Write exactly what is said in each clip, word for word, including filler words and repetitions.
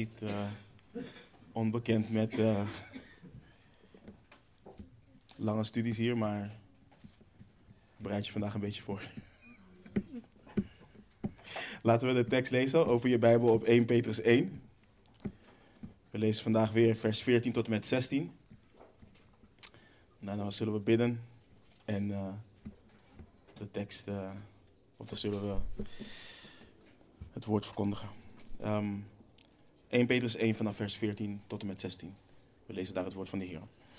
niet uh, onbekend met uh, lange studies hier, maar bereid je vandaag een beetje voor. Laten we de tekst lezen. Open je Bijbel op Eerste Petrus één. We lezen vandaag weer vers veertien tot en met zestien. Daarna zullen we bidden en uh, de tekst, uh, of dan zullen we het woord verkondigen. Um, Eerste Petrus één vanaf vers veertien tot en met zestien. We lezen daar het woord van de Heer.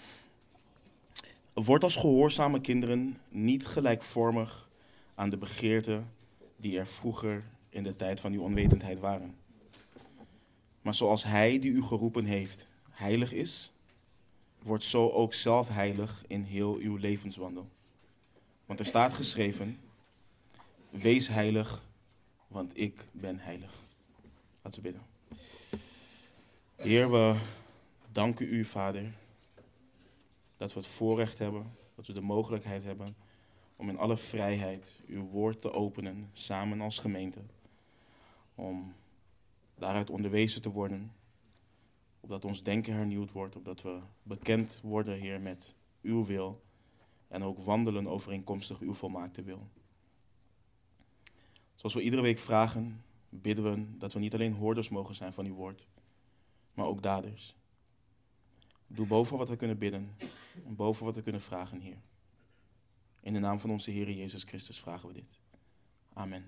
Word als gehoorzame kinderen niet gelijkvormig aan de begeerten die er vroeger in de tijd van uw onwetendheid waren. Maar zoals Hij die u geroepen heeft heilig is, wordt zo ook zelf heilig in heel uw levenswandel. Want er staat geschreven, wees heilig, want ik ben heilig. Laten we bidden. Heer, we danken u, Vader, dat we het voorrecht hebben, dat we de mogelijkheid hebben om in alle vrijheid uw woord te openen, samen als gemeente. Om daaruit onderwezen te worden, opdat ons denken hernieuwd wordt, opdat we bekend worden, Heer, met uw wil en ook wandelen overeenkomstig uw volmaakte wil. Zoals we iedere week vragen, bidden we dat we niet alleen hoorders mogen zijn van uw woord, maar ook daders. Doe boven wat we kunnen bidden en boven wat we kunnen vragen, Heer. In de naam van onze Heer Jezus Christus vragen we dit. Amen.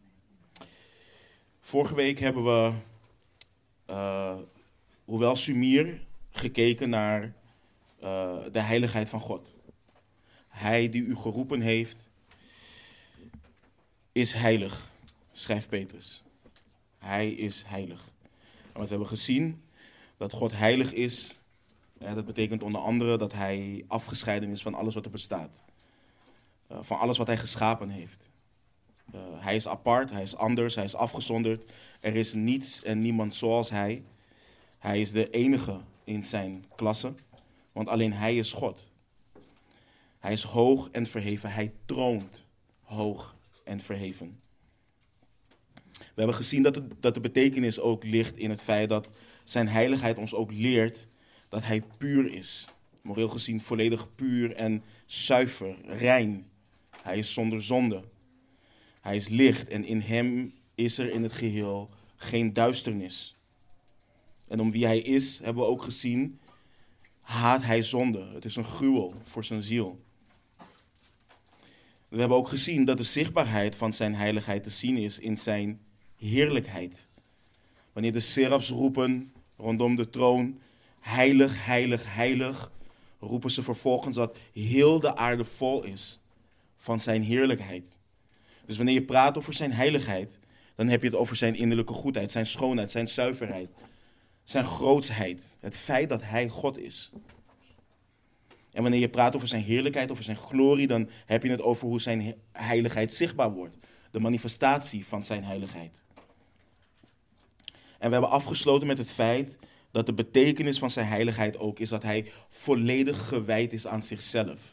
Vorige week hebben we, uh, hoewel sumier, gekeken naar uh, de heiligheid van God. Hij die u geroepen heeft, is heilig, schrijft Petrus. Hij is heilig. En wat we hebben gezien, dat God heilig is, ja, dat betekent onder andere dat hij afgescheiden is van alles wat er bestaat. Uh, van alles wat hij geschapen heeft. Uh, hij is apart, hij is anders, hij is afgezonderd. Er is niets en niemand zoals hij. Hij is de enige in zijn klasse, want alleen hij is God. Hij is hoog en verheven, hij troont hoog en verheven. We hebben gezien dat de, dat de betekenis ook ligt in het feit dat zijn heiligheid ons ook leert dat hij puur is. Moreel gezien volledig puur en zuiver, rein. Hij is zonder zonde. Hij is licht en in hem is er in het geheel geen duisternis. En om wie hij is, hebben we ook gezien, haat hij zonde. Het is een gruwel voor zijn ziel. We hebben ook gezien dat de zichtbaarheid van zijn heiligheid te zien is in zijn heerlijkheid. Wanneer de serafs roepen rondom de troon, heilig, heilig, heilig, roepen ze vervolgens dat heel de aarde vol is van zijn heerlijkheid. Dus wanneer je praat over zijn heiligheid, dan heb je het over zijn innerlijke goedheid, zijn schoonheid, zijn zuiverheid, zijn grootsheid. Het feit dat hij God is. En wanneer je praat over zijn heerlijkheid, over zijn glorie, dan heb je het over hoe zijn heiligheid zichtbaar wordt. De manifestatie van zijn heiligheid. En we hebben afgesloten met het feit dat de betekenis van zijn heiligheid ook is dat hij volledig gewijd is aan zichzelf.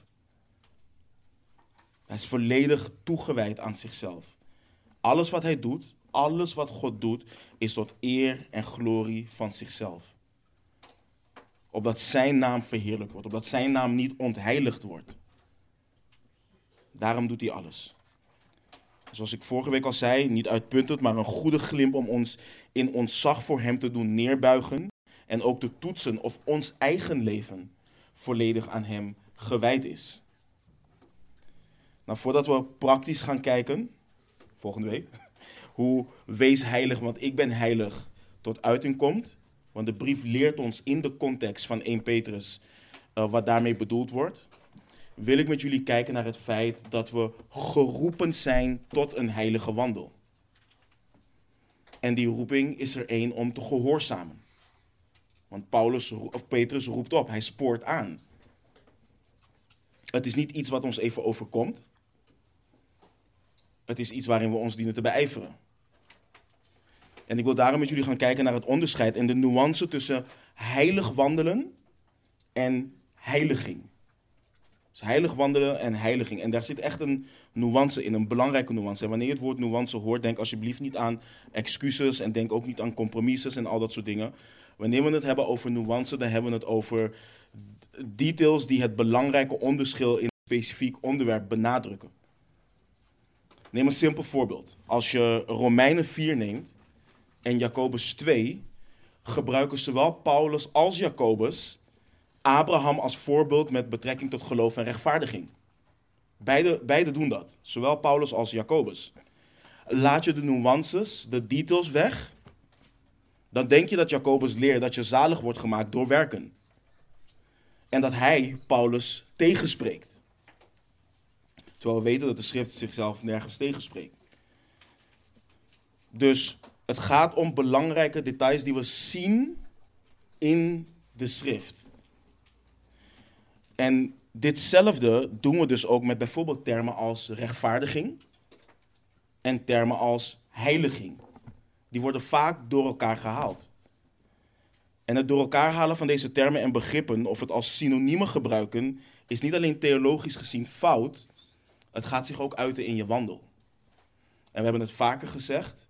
Hij is volledig toegewijd aan zichzelf. Alles wat hij doet, alles wat God doet, is tot eer en glorie van zichzelf. Opdat zijn naam verheerlijkt wordt, opdat zijn naam niet ontheiligd wordt. Daarom doet hij alles. Zoals ik vorige week al zei, niet uitpuntend, maar een goede glimp om ons in ontzag voor hem te doen neerbuigen. En ook te toetsen of ons eigen leven volledig aan hem gewijd is. Nou, voordat we praktisch gaan kijken, volgende week, hoe wees heilig, want ik ben heilig, tot uiting komt. Want de brief leert ons in de context van Eerste Petrus uh, wat daarmee bedoeld wordt. Wil ik met jullie kijken naar het feit dat we geroepen zijn tot een heilige wandel. En die roeping is er één om te gehoorzamen. Want Paulus, of Petrus roept op, hij spoort aan. Het is niet iets wat ons even overkomt. Het is iets waarin we ons dienen te beijveren. En ik wil daarom met jullie gaan kijken naar het onderscheid en de nuance tussen heilig wandelen en heiliging. Dus heilig wandelen en heiliging. En daar zit echt een nuance in, een belangrijke nuance. En wanneer je het woord nuance hoort, denk alsjeblieft niet aan excuses en denk ook niet aan compromises en al dat soort dingen. Wanneer we het hebben over nuance, dan hebben we het over details die het belangrijke onderschil in een specifiek onderwerp benadrukken. Neem een simpel voorbeeld. Als je Romeinen vier neemt en Jacobus twee, gebruiken zowel Paulus als Jacobus Abraham als voorbeeld met betrekking tot geloof en rechtvaardiging. Beide, beide doen dat, zowel Paulus als Jacobus. Laat je de nuances, de details weg, dan denk je dat Jacobus leert dat je zalig wordt gemaakt door werken. En dat hij, Paulus, tegenspreekt. Terwijl we weten dat de schrift zichzelf nergens tegenspreekt. Dus het gaat om belangrijke details die we zien in de schrift. En ditzelfde doen we dus ook met bijvoorbeeld termen als rechtvaardiging en termen als heiliging. Die worden vaak door elkaar gehaald. En het door elkaar halen van deze termen en begrippen, of het als synoniemen gebruiken, is niet alleen theologisch gezien fout, het gaat zich ook uiten in je wandel. En we hebben het vaker gezegd,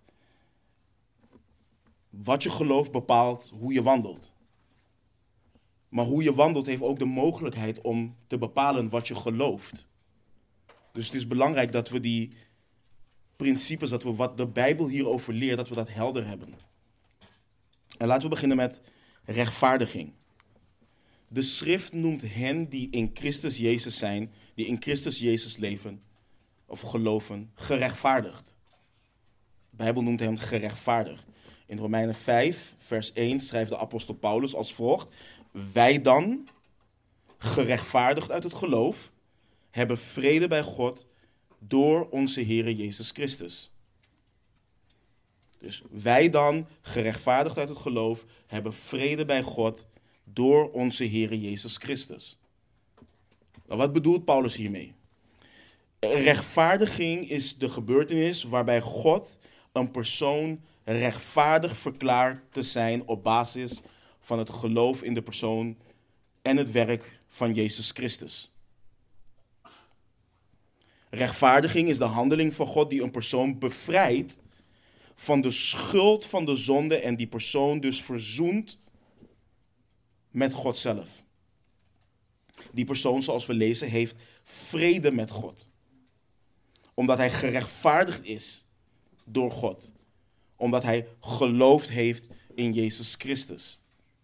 wat je gelooft bepaalt hoe je wandelt. Maar hoe je wandelt heeft ook de mogelijkheid om te bepalen wat je gelooft. Dus het is belangrijk dat we die principes, dat we wat de Bijbel hierover leert, dat we dat helder hebben. En laten we beginnen met rechtvaardiging. De schrift noemt hen die in Christus Jezus zijn, die in Christus Jezus leven of geloven, gerechtvaardigd. De Bijbel noemt hen gerechtvaardigd. In Romeinen vijf, vers één schrijft de apostel Paulus als volgt: wij dan, gerechtvaardigd uit het geloof, hebben vrede bij God door onze Heere Jezus Christus. Dus wij dan, gerechtvaardigd uit het geloof, hebben vrede bij God door onze Heere Jezus Christus. Nou, wat bedoelt Paulus hiermee? Rechtvaardiging is de gebeurtenis waarbij God een persoon rechtvaardig verklaart te zijn op basis van het geloof in de persoon en het werk van Jezus Christus. Rechtvaardiging is de handeling van God die een persoon bevrijdt van de schuld van de zonde en die persoon dus verzoent met God zelf. Die persoon, zoals we lezen, heeft vrede met God. Omdat hij gerechtvaardigd is door God. Omdat hij geloofd heeft in Jezus Christus.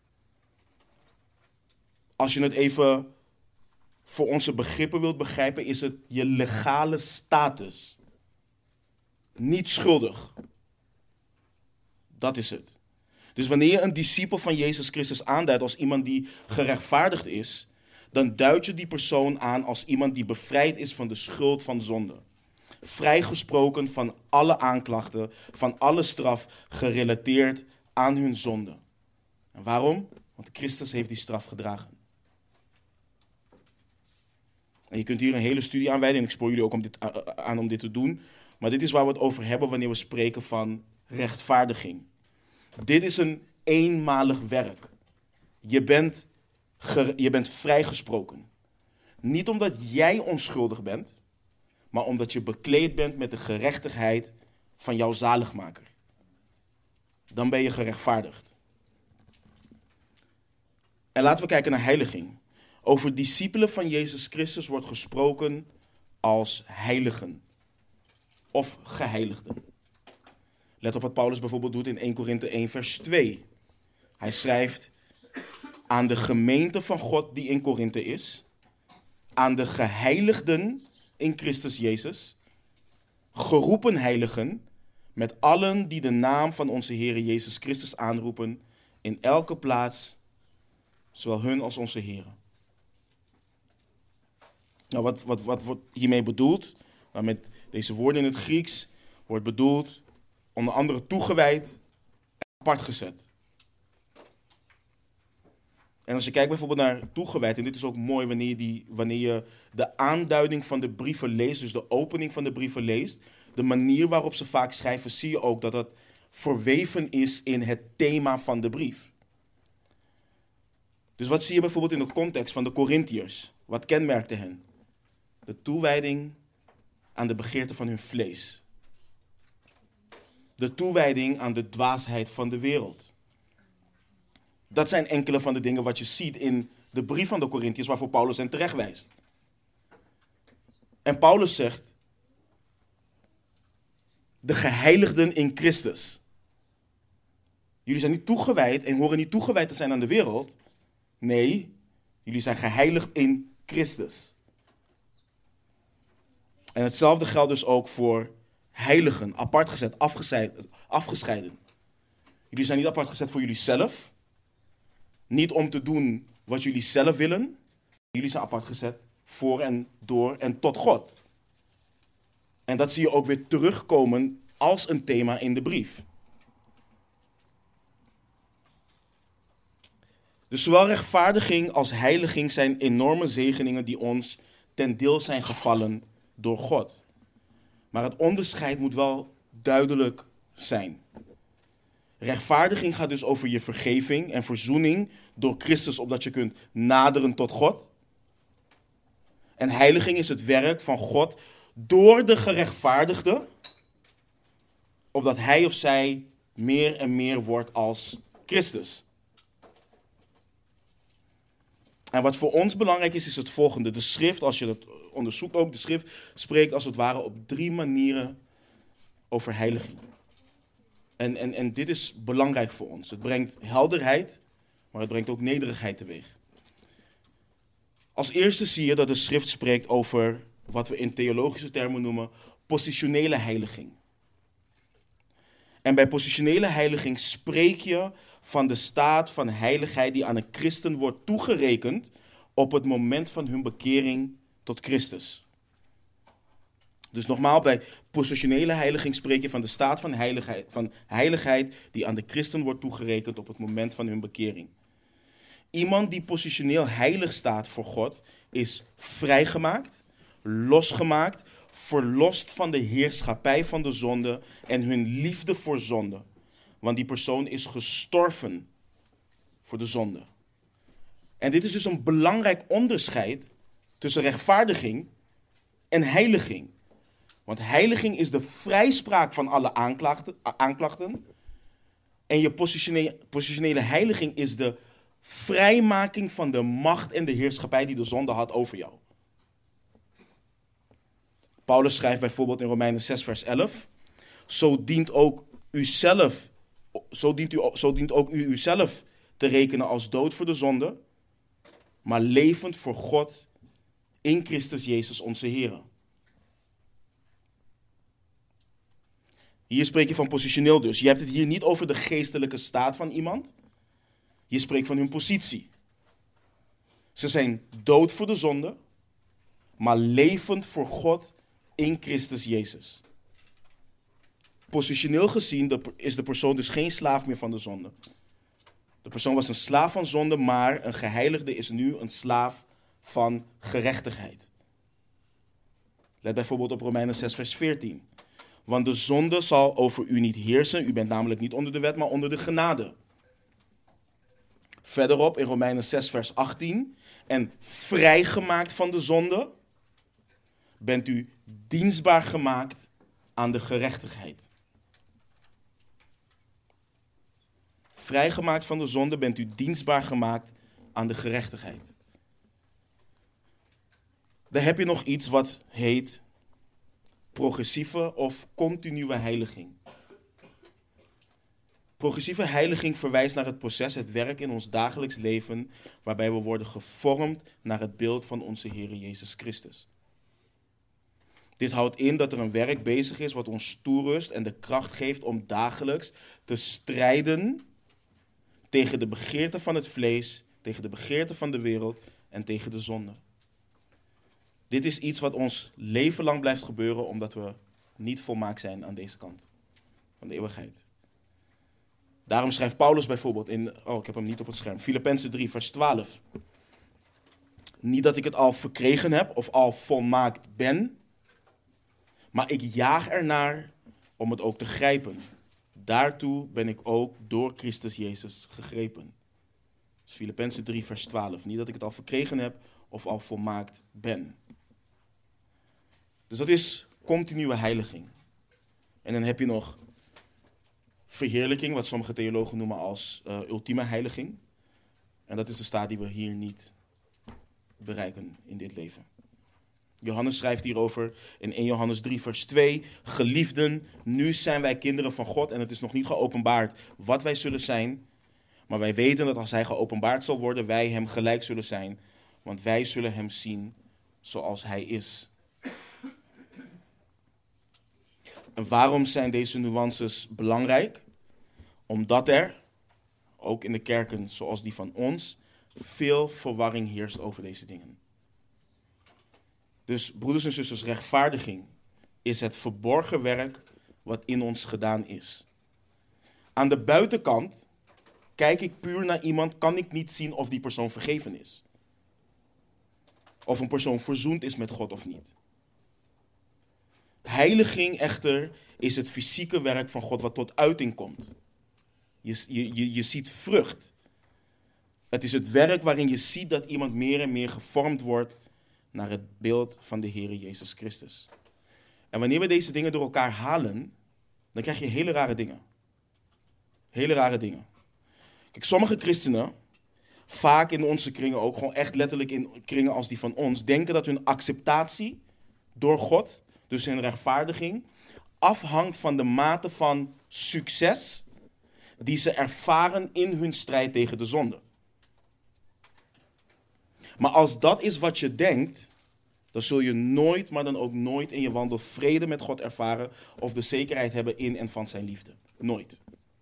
Als je het even voor onze begrippen wilt begrijpen, is het je legale status. Niet schuldig. Dat is het. Dus wanneer je een discipel van Jezus Christus aanduidt als iemand die gerechtvaardigd is, dan duid je die persoon aan als iemand die bevrijd is van de schuld van zonde. Vrijgesproken van alle aanklachten, van alle straf, gerelateerd aan hun zonde. En waarom? Want Christus heeft die straf gedragen. En je kunt hier een hele studie aan wijden en ik spoor jullie ook om dit, aan om dit te doen. Maar dit is waar we het over hebben wanneer we spreken van rechtvaardiging. Dit is een eenmalig werk. Je bent, ge, je bent vrijgesproken. Niet omdat jij onschuldig bent, maar omdat je bekleed bent met de gerechtigheid van jouw zaligmaker. Dan ben je gerechtvaardigd. En laten we kijken naar heiliging. Over discipelen van Jezus Christus wordt gesproken als heiligen of geheiligden. Let op wat Paulus bijvoorbeeld doet in Eerste Korinthe één vers twee. Hij schrijft aan de gemeente van God die in Korinthe is, aan de geheiligden in Christus Jezus, geroepen heiligen, met allen die de naam van onze Heere Jezus Christus aanroepen, in elke plaats, zowel hun als onze Heere. Nou, wat, wat, wat wordt hiermee bedoeld? Nou, met deze woorden in het Grieks wordt bedoeld onder andere toegewijd en apart gezet. En als je kijkt bijvoorbeeld naar toegewijd, en dit is ook mooi wanneer je, die, wanneer je de aanduiding van de brieven leest, dus de opening van de brieven leest, de manier waarop ze vaak schrijven, zie je ook dat het verweven is in het thema van de brief. Dus wat zie je bijvoorbeeld in de context van de Korintiërs? Wat kenmerkte hen? De toewijding aan de begeerte van hun vlees. De toewijding aan de dwaasheid van de wereld. Dat zijn enkele van de dingen wat je ziet in de brief van de Korintiërs waarvoor Paulus hen terecht wijst. En Paulus zegt, de geheiligden in Christus. Jullie zijn niet toegewijd en horen niet toegewijd te zijn aan de wereld. Nee, jullie zijn geheiligd in Christus. En hetzelfde geldt dus ook voor heiligen, apart gezet, afgescheiden, afgescheiden. Jullie zijn niet apart gezet voor jullie zelf. Niet om te doen wat jullie zelf willen. Jullie zijn apart gezet voor en door en tot God. En dat zie je ook weer terugkomen als een thema in de brief. Dus zowel rechtvaardiging als heiliging zijn enorme zegeningen die ons ten deel zijn gevallen door God. Maar het onderscheid moet wel duidelijk zijn. Rechtvaardiging gaat dus over je vergeving en verzoening door Christus, opdat je kunt naderen tot God. En heiliging is het werk van God door de gerechtvaardigde, opdat hij of zij meer en meer wordt als Christus. En wat voor ons belangrijk is, is het volgende. De schrift, als je dat onderzoekt ook, de schrift spreekt als het ware op drie manieren over heiliging. En, en, en dit is belangrijk voor ons. Het brengt helderheid, maar het brengt ook nederigheid teweeg. Als eerste zie je dat de schrift spreekt over wat we in theologische termen noemen positionele heiliging. En bij positionele heiliging spreek je van de staat van heiligheid die aan een christen wordt toegerekend op het moment van hun bekering tot Christus. Dus nogmaals, bij positionele heiliging spreek je van de staat van heiligheid, van heiligheid die aan de christen wordt toegerekend op het moment van hun bekering. Iemand die positioneel heilig staat voor God is vrijgemaakt, losgemaakt, verlost van de heerschappij van de zonde en hun liefde voor zonde. Want die persoon is gestorven voor de zonde. En dit is dus een belangrijk onderscheid tussen rechtvaardiging en heiliging. Want heiliging is de vrijspraak van alle aanklachten. aanklachten en je positionele, positionele heiliging is de vrijmaking van de macht en de heerschappij die de zonde had over jou. Paulus schrijft bijvoorbeeld in Romeinen zes vers elf. Zo dient ook u zelf, zo dient, u, zo dient ook u uzelf te rekenen als dood voor de zonde, maar levend voor God in Christus Jezus onze Heer. Hier spreek je van positioneel dus. Je hebt het hier niet over de geestelijke staat van iemand. Je spreekt van hun positie. Ze zijn dood voor de zonde, maar levend voor God in Christus Jezus. Positioneel gezien is de persoon dus geen slaaf meer van de zonde. De persoon was een slaaf van zonde, maar een geheiligde is nu een slaaf van gerechtigheid. Let bijvoorbeeld op Romeinen zes vers veertien. Want de zonde zal over u niet heersen. U bent namelijk niet onder de wet, maar onder de genade. Verderop in Romeinen zes vers achttien. En vrijgemaakt van de zonde bent u dienstbaar gemaakt aan de gerechtigheid. Vrijgemaakt van de zonde bent u dienstbaar gemaakt aan de gerechtigheid. Dan heb je nog iets wat heet progressieve of continue heiliging. Progressieve heiliging verwijst naar het proces, het werk in ons dagelijks leven, waarbij we worden gevormd naar het beeld van onze Heer Jezus Christus. Dit houdt in dat er een werk bezig is wat ons toerust en de kracht geeft om dagelijks te strijden tegen de begeerte van het vlees, tegen de begeerte van de wereld en tegen de zonde. Dit is iets wat ons leven lang blijft gebeuren, omdat we niet volmaakt zijn aan deze kant van de eeuwigheid. Daarom schrijft Paulus bijvoorbeeld in, oh ik heb hem niet op het scherm, Filippenzen drie vers twaalf. Niet dat ik het al verkregen heb of al volmaakt ben, maar ik jaag ernaar om het ook te grijpen. Daartoe ben ik ook door Christus Jezus gegrepen. Dus Filippenzen drie vers twaalf. Niet dat ik het al verkregen heb of al volmaakt ben. Dus dat is continue heiliging. En dan heb je nog verheerlijking, wat sommige theologen noemen als uh, ultieme heiliging. En dat is de staat die we hier niet bereiken in dit leven. Johannes schrijft hierover in eerste Johannes drie vers twee. Geliefden, nu zijn wij kinderen van God en het is nog niet geopenbaard wat wij zullen zijn. Maar wij weten dat als hij geopenbaard zal worden, wij hem gelijk zullen zijn. Want wij zullen hem zien zoals hij is. En waarom zijn deze nuances belangrijk? Omdat er, ook in de kerken zoals die van ons, veel verwarring heerst over deze dingen. Dus broeders en zusters, rechtvaardiging is het verborgen werk wat in ons gedaan is. Aan de buitenkant, kijk ik puur naar iemand, kan ik niet zien of die persoon vergeven is. Of een persoon verzoend is met God of niet. Heiliging echter is het fysieke werk van God wat tot uiting komt. Je, je, je, je ziet vrucht. Het is het werk waarin je ziet dat iemand meer en meer gevormd wordt naar het beeld van de Heere Jezus Christus. En wanneer we deze dingen door elkaar halen, dan krijg je hele rare dingen. Hele rare dingen. Kijk, sommige christenen, vaak in onze kringen ook, gewoon echt letterlijk in kringen als die van ons, denken dat hun acceptatie door God, dus hun rechtvaardiging, afhangt van de mate van succes die ze ervaren in hun strijd tegen de zonde. Maar als dat is wat je denkt, dan zul je nooit, maar dan ook nooit in je wandel vrede met God ervaren of de zekerheid hebben in en van zijn liefde. Nooit.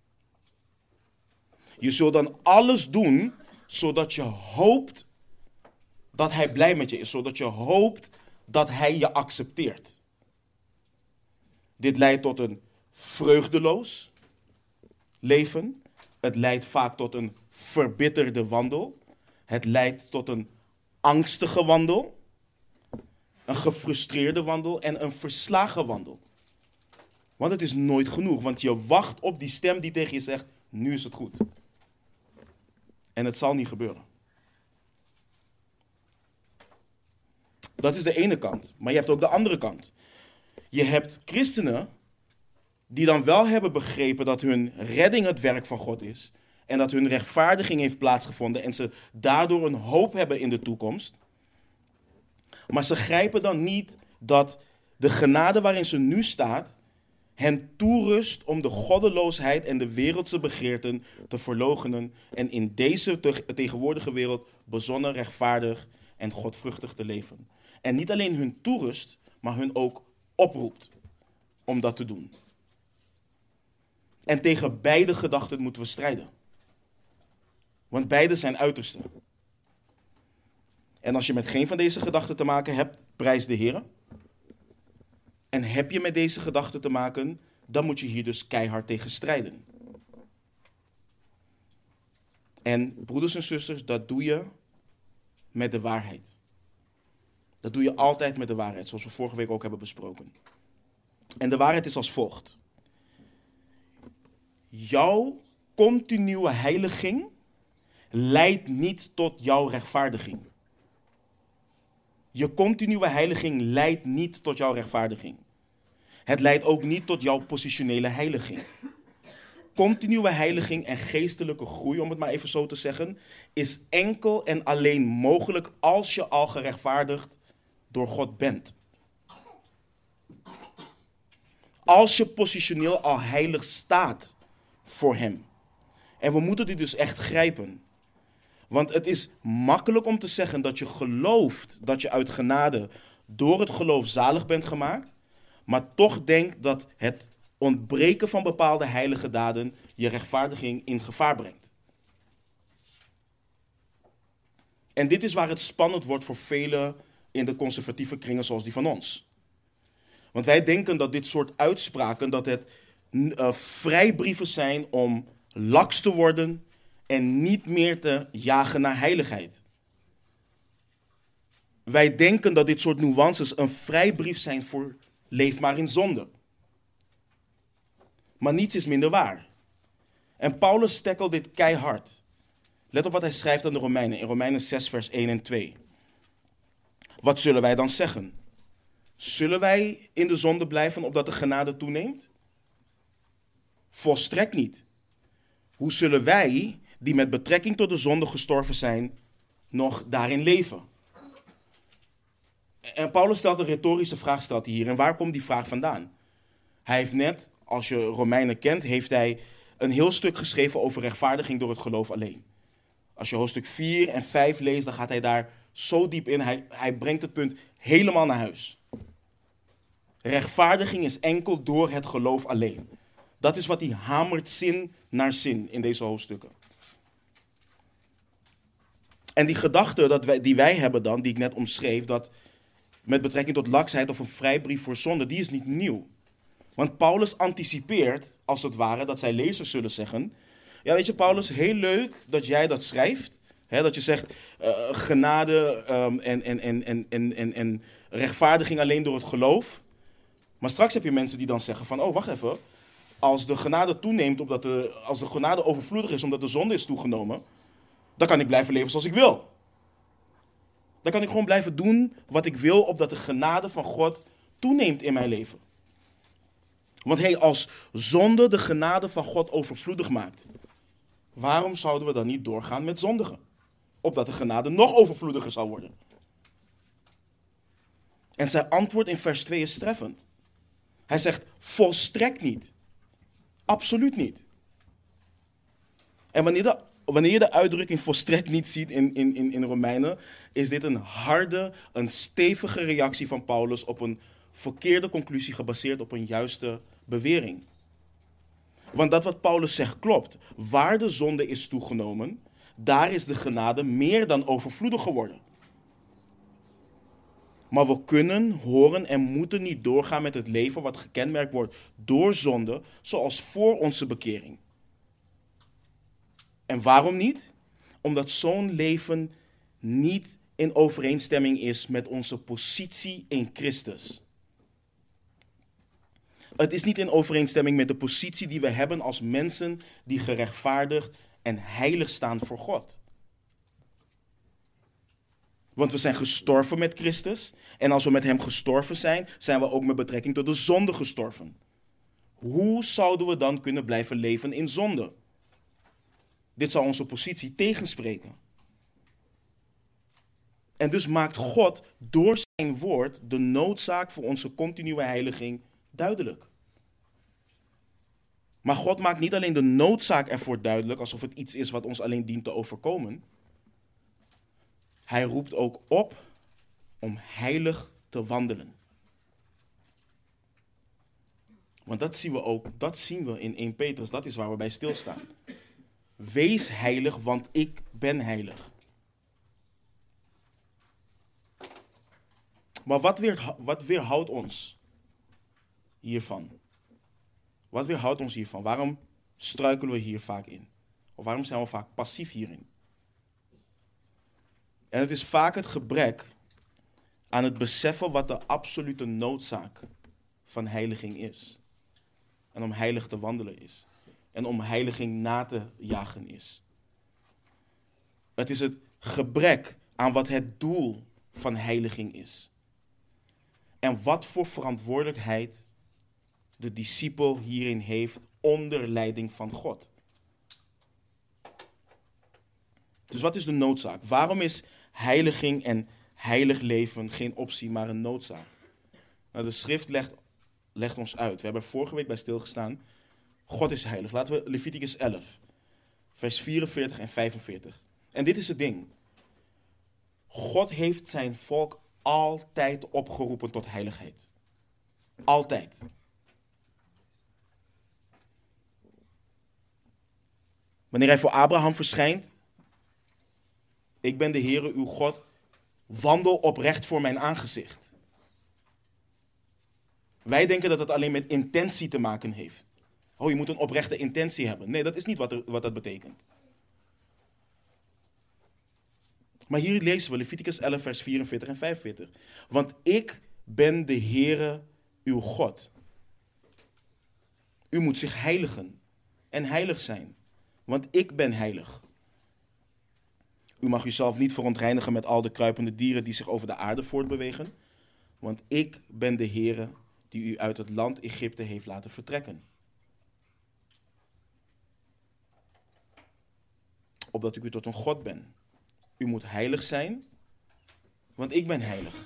Je zult dan alles doen zodat je hoopt dat hij blij met je is, zodat je hoopt dat hij je accepteert. Dit leidt tot een vreugdeloos leven. Het leidt vaak tot een verbitterde wandel. Het leidt tot een angstige wandel. Een gefrustreerde wandel en een verslagen wandel. Want het is nooit genoeg, want je wacht op die stem die tegen je zegt, nu is het goed. En het zal niet gebeuren. Dat is de ene kant. Maar je hebt ook de andere kant. Je hebt christenen die dan wel hebben begrepen dat hun redding het werk van God is. En dat hun rechtvaardiging heeft plaatsgevonden en ze daardoor een hoop hebben in de toekomst. Maar ze grijpen dan niet dat de genade waarin ze nu staat hen toerust om de goddeloosheid en de wereldse begeerten te verloochenen en in deze te- tegenwoordige wereld bezonnen, rechtvaardig en godvruchtig te leven. En niet alleen hun toerust, maar hun ook oproept om dat te doen. En tegen beide gedachten moeten we strijden. Want beide zijn uitersten. En als je met geen van deze gedachten te maken hebt, prijs de Heer. En heb je met deze gedachten te maken, dan moet je hier dus keihard tegen strijden. En broeders en zusters, dat doe je met de waarheid. Dat doe je altijd met de waarheid, zoals we vorige week ook hebben besproken. En de waarheid is als volgt. Jouw continue heiliging leidt niet tot jouw rechtvaardiging. Je continue heiliging leidt niet tot jouw rechtvaardiging. Het leidt ook niet tot jouw positionele heiliging. Continue heiliging en geestelijke groei, om het maar even zo te zeggen, is enkel en alleen mogelijk als je al gerechtvaardigd door God bent. Als je positioneel al heilig staat voor hem. En we moeten dit dus echt grijpen. Want het is makkelijk om te zeggen dat je gelooft dat je uit genade door het geloof zalig bent gemaakt, maar toch denkt dat het ontbreken van bepaalde heilige daden je rechtvaardiging in gevaar brengt. En dit is waar het spannend wordt voor velen in de conservatieve kringen zoals die van ons. Want wij denken dat dit soort uitspraken, dat het uh, vrijbrieven zijn om laks te worden en niet meer te jagen naar heiligheid. Wij denken dat dit soort nuances een vrijbrief zijn voor leef maar in zonde. Maar niets is minder waar. En Paulus tackelt dit keihard. Let op wat hij schrijft aan de Romeinen in Romeinen zes vers één en twee. Wat zullen wij dan zeggen? Zullen wij in de zonde blijven opdat de genade toeneemt? Volstrekt niet. Hoe zullen wij, die met betrekking tot de zonde gestorven zijn, nog daarin leven? En Paulus stelt een retorische vraag, stelt hij hier. En waar komt die vraag vandaan? Hij heeft net, als je Romeinen kent, heeft hij een heel stuk geschreven over rechtvaardiging door het geloof alleen. Als je hoofdstuk vier en vijf leest, dan gaat hij daar zo diep in. Hij, hij brengt het punt helemaal naar huis. Rechtvaardiging is enkel door het geloof alleen. Dat is wat hij hamert zin naar zin in deze hoofdstukken. En die gedachte dat wij, die wij hebben dan, die ik net omschreef, dat met betrekking tot laksheid of een vrijbrief voor zonde, die is niet nieuw. Want Paulus anticipeert, als het ware, dat zijn lezers zullen zeggen, ja, weet je Paulus, heel leuk dat jij dat schrijft. Hè, dat je zegt, uh, genade um, en, en, en, en, en, en, en rechtvaardiging alleen door het geloof. Maar straks heb je mensen die dan zeggen van, oh wacht even, als de genade toeneemt, omdat de, als de genade overvloedig is omdat de zonde is toegenomen, dan kan ik blijven leven zoals ik wil. Dan kan ik gewoon blijven doen wat ik wil, opdat de genade van God toeneemt in mijn leven. Want hey, als zonde de genade van God overvloedig maakt, waarom zouden we dan niet doorgaan met zondigen? Opdat de genade nog overvloediger zal worden. En zijn antwoord in vers twee is treffend. Hij zegt, volstrekt niet. Absoluut niet. En wanneer, de, wanneer je de uitdrukking volstrekt niet ziet in, in, in, in Romeinen, is dit een harde, een stevige reactie van Paulus op een verkeerde conclusie gebaseerd op een juiste bewering. Want dat wat Paulus zegt klopt. Waar de zonde is toegenomen, daar is de genade meer dan overvloedig geworden. Maar we kunnen, horen en moeten niet doorgaan met het leven wat gekenmerkt wordt door zonde, zoals voor onze bekering. En waarom niet? Omdat zo'n leven niet in overeenstemming is met onze positie in Christus. Het is niet in overeenstemming met de positie die we hebben als mensen die gerechtvaardigd en heilig staan voor God. Want we zijn gestorven met Christus. En als we met hem gestorven zijn, zijn we ook met betrekking tot de zonde gestorven. Hoe zouden we dan kunnen blijven leven in zonde? Dit zou onze positie tegenspreken. En dus maakt God door zijn woord de noodzaak voor onze continue heiliging duidelijk. Maar God maakt niet alleen de noodzaak ervoor duidelijk, alsof het iets is wat ons alleen dient te overkomen. Hij roept ook op om heilig te wandelen. Want dat zien we ook, dat zien we in Eerste Petrus, dat is waar we bij stilstaan. Wees heilig, want ik ben heilig. Maar wat, weer, wat weerhoudt ons hiervan? Wat weerhoudt ons hiervan? Waarom struikelen we hier vaak in? Of waarom zijn we vaak passief hierin? En het is vaak het gebrek aan het beseffen wat de absolute noodzaak van heiliging is. En om heilig te wandelen is. En om heiliging na te jagen is. Het is het gebrek aan wat het doel van heiliging is. En wat voor verantwoordelijkheid de discipel hierin heeft onder leiding van God. Dus wat is de noodzaak? Waarom is heiliging en heilig leven geen optie, maar een noodzaak? Nou, de schrift legt, legt ons uit. We hebben er vorige week bij stilgestaan. God is heilig. Laten we Leviticus elf, vers vierenveertig en vijfenveertig. En dit is het ding. God heeft zijn volk altijd opgeroepen tot heiligheid. Altijd. Wanneer hij voor Abraham verschijnt, ik ben de Heere uw God, wandel oprecht voor mijn aangezicht. Wij denken dat het alleen met intentie te maken heeft. Oh, je moet een oprechte intentie hebben. Nee, dat is niet wat, er, wat dat betekent. Maar hier lezen we Leviticus elf, vers vierenveertig en vijfenveertig. Want ik ben de Heere uw God. U moet zich heiligen en heilig zijn, want ik ben heilig. U mag uzelf niet verontreinigen met al de kruipende dieren die zich over de aarde voortbewegen. Want ik ben de Heere die u uit het land Egypte heeft laten vertrekken. Opdat ik u tot een God ben. U moet heilig zijn, want ik ben heilig.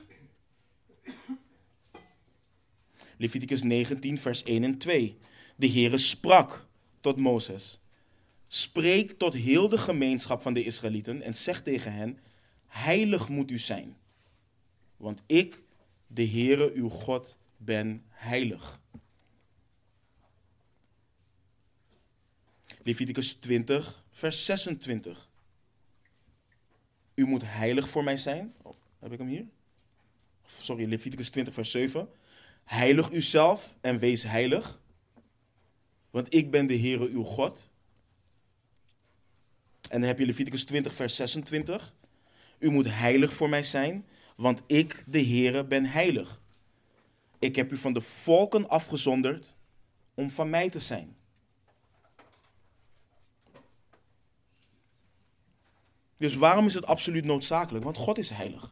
Leviticus negentien, vers één en twee. De Heere sprak tot Mozes. Spreek tot heel de gemeenschap van de Israëlieten en zeg tegen hen, heilig moet u zijn. Want ik, de Heere uw God, ben heilig. Leviticus twintig, vers zesentwintig. U moet heilig voor mij zijn. Oh, heb ik hem hier? Sorry, Leviticus twintig, vers zeven. Heilig uzelf en wees heilig. Want ik ben de Heere uw God. En dan heb je Leviticus twintig, vers zesentwintig. U moet heilig voor mij zijn, want ik, de Heere, ben heilig. Ik heb u van de volken afgezonderd om van mij te zijn. Dus waarom is het absoluut noodzakelijk? Want God is heilig.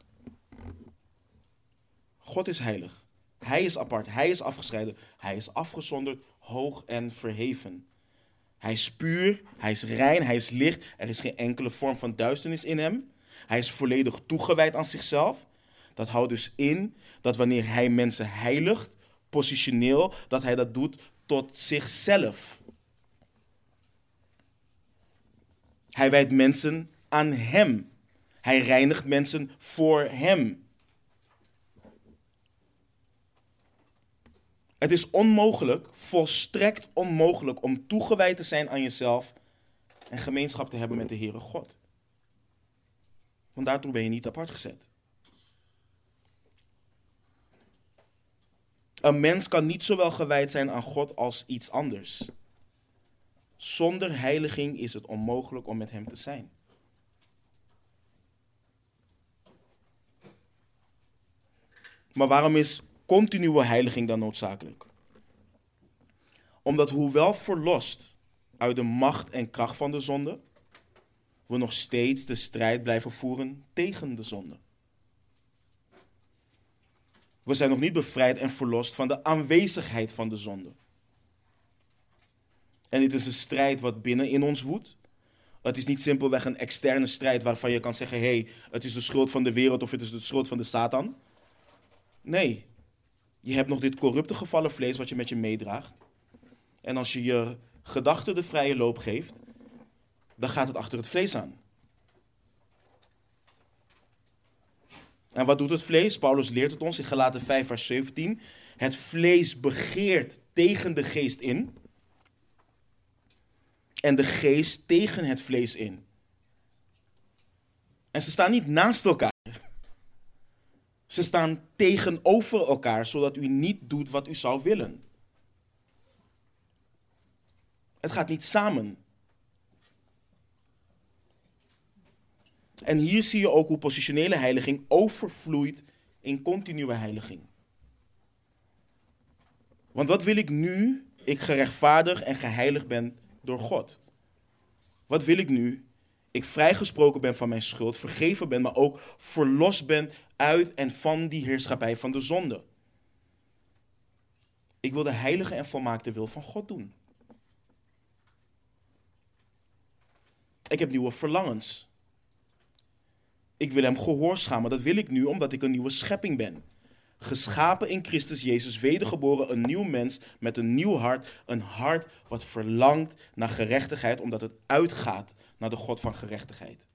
God is heilig. Hij is apart, hij is afgescheiden, hij is afgezonderd, hoog en verheven. Hij is puur, hij is rein, hij is licht, er is geen enkele vorm van duisternis in hem. Hij is volledig toegewijd aan zichzelf. Dat houdt dus in dat wanneer hij mensen heiligt, positioneel, dat hij dat doet tot zichzelf. Hij wijdt mensen aan hem. Hij reinigt mensen voor hem. Het is onmogelijk, volstrekt onmogelijk, om toegewijd te zijn aan jezelf en gemeenschap te hebben met de Heere God. Want daartoe ben je niet apart gezet. Een mens kan niet zowel gewijd zijn aan God als iets anders. Zonder heiliging is het onmogelijk om met hem te zijn. Maar waarom is continue heiliging dan noodzakelijk? Omdat hoewel verlost uit de macht en kracht van de zonde, we nog steeds de strijd blijven voeren tegen de zonde. We zijn nog niet bevrijd en verlost van de aanwezigheid van de zonde. En dit is een strijd wat binnen in ons woedt. Het is niet simpelweg een externe strijd waarvan je kan zeggen, hé, hey, het is de schuld van de wereld of het is de schuld van de Satan. Nee, je hebt nog dit corrupte gevallen vlees wat je met je meedraagt. En als je je gedachten de vrije loop geeft, dan gaat het achter het vlees aan. En wat doet het vlees? Paulus leert het ons in Galaten vijf, vers zeventien. Het vlees begeert tegen de geest in. En de geest tegen het vlees in. En ze staan niet naast elkaar. Ze staan tegenover elkaar, zodat u niet doet wat u zou willen. Het gaat niet samen. En hier zie je ook hoe positionele heiliging overvloeit in continue heiliging. Want wat wil ik nu? Ik gerechtvaardigd en geheiligd ben door God. Wat wil ik nu? Ik vrijgesproken ben van mijn schuld, vergeven ben, maar ook verlost ben uit en van die heerschappij van de zonde. Ik wil de heilige en volmaakte wil van God doen. Ik heb nieuwe verlangens. Ik wil hem gehoorzamen. Dat wil ik nu omdat ik een nieuwe schepping ben. Geschapen in Christus Jezus, wedergeboren, een nieuw mens met een nieuw hart. Een hart wat verlangt naar gerechtigheid, omdat het uitgaat naar de God van gerechtigheid.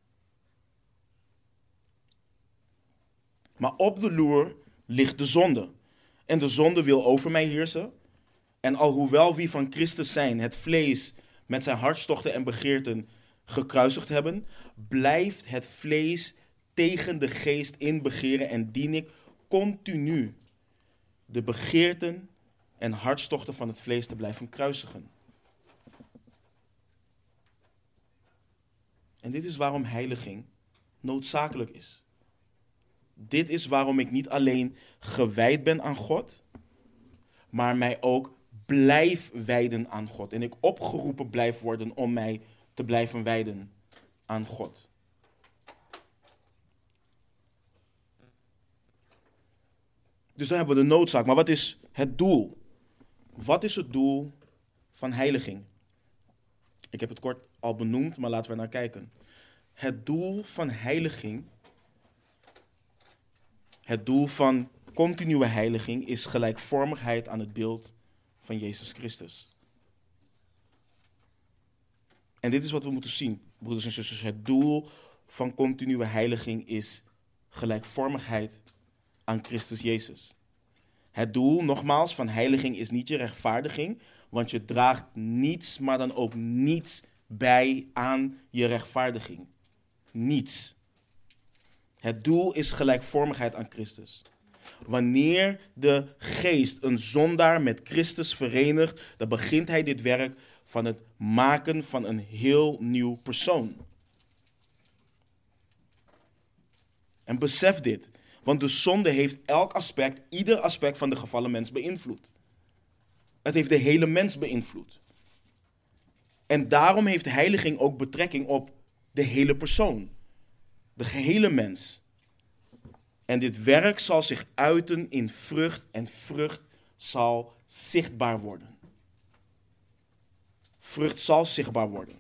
Maar op de loer ligt de zonde. En de zonde wil over mij heersen. En alhoewel wie van Christus zijn het vlees met zijn hartstochten en begeerten gekruisigd hebben, blijft het vlees tegen de geest in begeren en dien ik continu de begeerten en hartstochten van het vlees te blijven kruisigen. En dit is waarom heiliging noodzakelijk is. Dit is waarom ik niet alleen gewijd ben aan God, maar mij ook blijf wijden aan God. En ik opgeroepen blijf worden om mij te blijven wijden aan God. Dus dan hebben we de noodzaak. Maar wat is het doel? Wat is het doel van heiliging? Ik heb het kort al benoemd, maar laten we naar kijken. Het doel van heiliging, het doel van continue heiliging is gelijkvormigheid aan het beeld van Jezus Christus. En dit is wat we moeten zien, broeders en zusters. Het doel van continue heiliging is gelijkvormigheid aan Christus Jezus. Het doel, nogmaals, van heiliging is niet je rechtvaardiging, want je draagt niets, maar dan ook niets bij aan je rechtvaardiging. Niets. Het doel is gelijkvormigheid aan Christus. Wanneer de geest een zondaar met Christus verenigt, dan begint hij dit werk van het maken van een heel nieuw persoon. En besef dit, want de zonde heeft elk aspect, ieder aspect van de gevallen mens beïnvloed. Het heeft de hele mens beïnvloed. En daarom heeft heiliging ook betrekking op de hele persoon. De gehele mens. En dit werk zal zich uiten in vrucht en vrucht zal zichtbaar worden. Vrucht zal zichtbaar worden.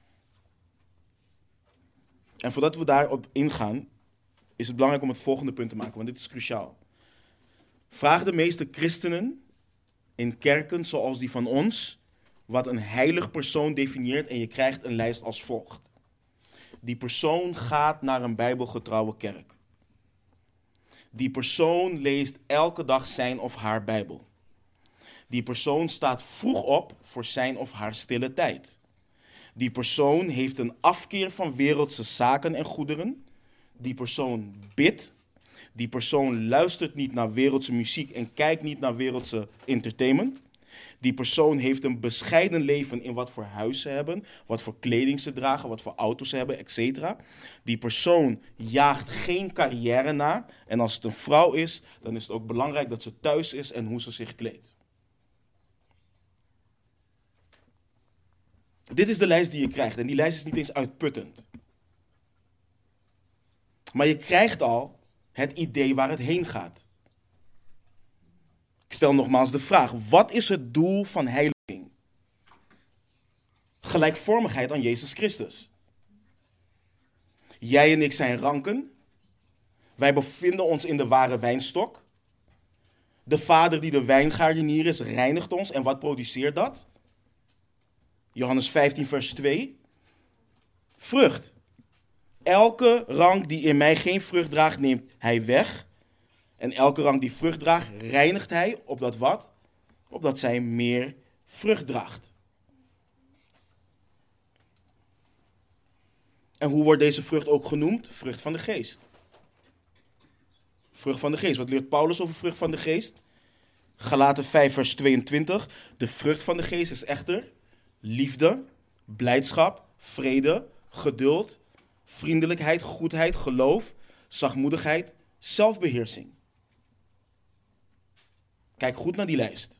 En voordat we daarop ingaan, is het belangrijk om het volgende punt te maken, want dit is cruciaal. Vraag de meeste christenen in kerken zoals die van ons wat een heilig persoon definieert en je krijgt een lijst als volgt. Die persoon gaat naar een bijbelgetrouwe kerk. Die persoon leest elke dag zijn of haar Bijbel. Die persoon staat vroeg op voor zijn of haar stille tijd. Die persoon heeft een afkeer van wereldse zaken en goederen. Die persoon bidt. Die persoon luistert niet naar wereldse muziek en kijkt niet naar wereldse entertainment. Die persoon heeft een bescheiden leven in wat voor huis ze hebben, wat voor kleding ze dragen, wat voor auto's ze hebben, et cetera. Die persoon jaagt geen carrière na. En als het een vrouw is, dan is het ook belangrijk dat ze thuis is en hoe ze zich kleedt. Dit is de lijst die je krijgt. En die lijst is niet eens uitputtend. Maar je krijgt al het idee waar het heen gaat. Ik stel nogmaals de vraag. Wat is het doel van heiliging? Gelijkvormigheid aan Jezus Christus. Jij en ik zijn ranken. Wij bevinden ons in de ware wijnstok. De vader die de wijngaardenier is, reinigt ons. En wat produceert dat? Johannes vijftien vers twee. Vrucht. Elke rank die in mij geen vrucht draagt, neemt hij weg. En elke rank die vrucht draagt, reinigt hij, opdat wat? Opdat zij meer vrucht draagt. En hoe wordt deze vrucht ook genoemd? Vrucht van de geest. Vrucht van de geest. Wat leert Paulus over vrucht van de geest? Galaten vijf vers tweeëntwintig. De vrucht van de geest is echter liefde, blijdschap, vrede, geduld, vriendelijkheid, goedheid, geloof, zachtmoedigheid, zelfbeheersing. Kijk goed naar die lijst.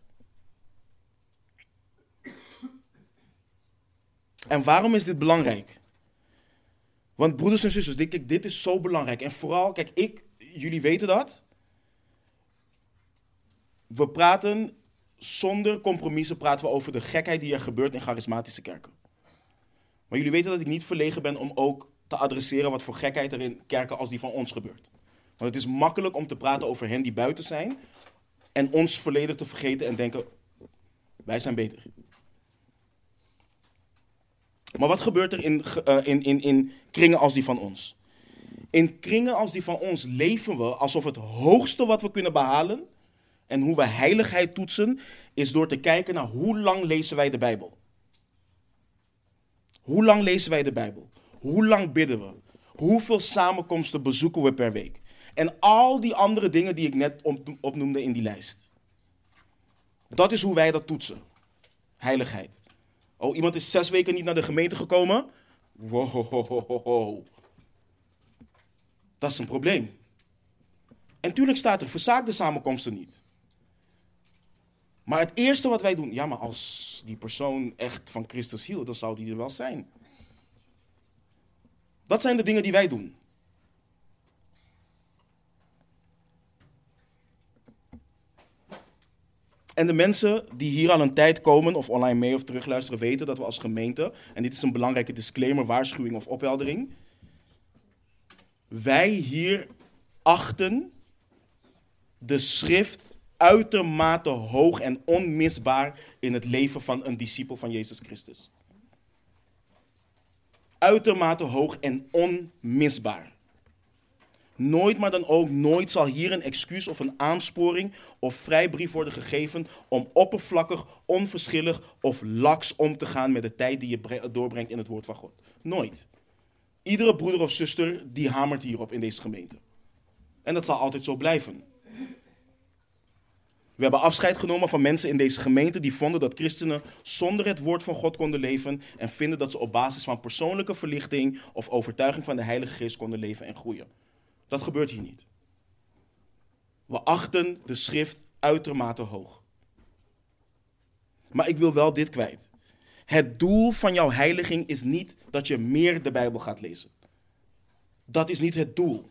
En waarom is dit belangrijk? Want broeders en zusters, dit, dit is zo belangrijk. En vooral, kijk, ik, jullie weten dat. We praten, zonder compromissen praten we over de gekheid die er gebeurt in charismatische kerken. Maar jullie weten dat ik niet verlegen ben om ook te adresseren wat voor gekheid er in kerken als die van ons gebeurt. Want het is makkelijk om te praten over hen die buiten zijn en ons volledig te vergeten en denken, wij zijn beter. Maar wat gebeurt er in, uh, in, in, in kringen als die van ons? In kringen als die van ons leven we alsof het hoogste wat we kunnen behalen en hoe we heiligheid toetsen, is door te kijken naar hoe lang lezen wij de Bijbel. Hoe lang lezen wij de Bijbel? Hoe lang bidden we? Hoeveel samenkomsten bezoeken we per week? En al die andere dingen die ik net opnoemde in die lijst. Dat is hoe wij dat toetsen. Heiligheid. Oh, iemand is zes weken niet naar de gemeente gekomen? Wow. Dat is een probleem. En tuurlijk staat er, verzaak de samenkomsten niet. Maar het eerste wat wij doen, ja, maar als die persoon echt van Christus hield, dan zou die er wel zijn. Dat zijn de dingen die wij doen. En de mensen die hier al een tijd komen of online mee of terugluisteren weten dat we als gemeente, en dit is een belangrijke disclaimer, waarschuwing of opheldering, wij hier achten de schrift uitermate hoog en onmisbaar in het leven van een discipel van Jezus Christus. Uitermate hoog en onmisbaar. Nooit, maar dan ook nooit zal hier een excuus of een aansporing of vrijbrief worden gegeven om oppervlakkig, onverschillig of laks om te gaan met de tijd die je doorbrengt in het woord van God. Nooit. Iedere broeder of zuster die hamert hierop in deze gemeente. En dat zal altijd zo blijven. We hebben afscheid genomen van mensen in deze gemeente die vonden dat christenen zonder het woord van God konden leven en vinden dat ze op basis van persoonlijke verlichting of overtuiging van de Heilige Geest konden leven en groeien. Dat gebeurt hier niet. We achten de schrift uitermate hoog. Maar ik wil wel dit kwijt. Het doel van jouw heiliging is niet dat je meer de Bijbel gaat lezen. Dat is niet het doel.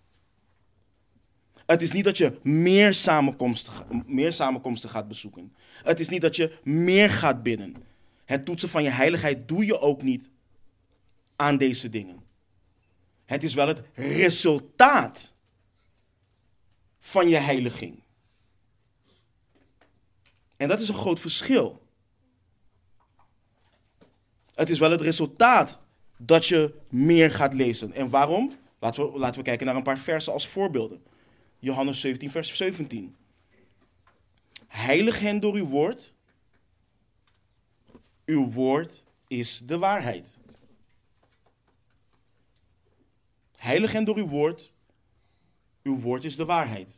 Het is niet dat je meer samenkomsten, meer samenkomsten gaat bezoeken. Het is niet dat je meer gaat bidden. Het toetsen van je heiligheid doe je ook niet aan deze dingen. Het is wel het resultaat van je heiliging. En dat is een groot verschil. Het is wel het resultaat dat je meer gaat lezen. En waarom? Laten we, laten we kijken naar een paar versen als voorbeelden. Johannes zeventien, vers zeventien. Heilig hen door uw woord. Uw woord is de waarheid. Heilig hen door uw woord. Uw woord is de waarheid.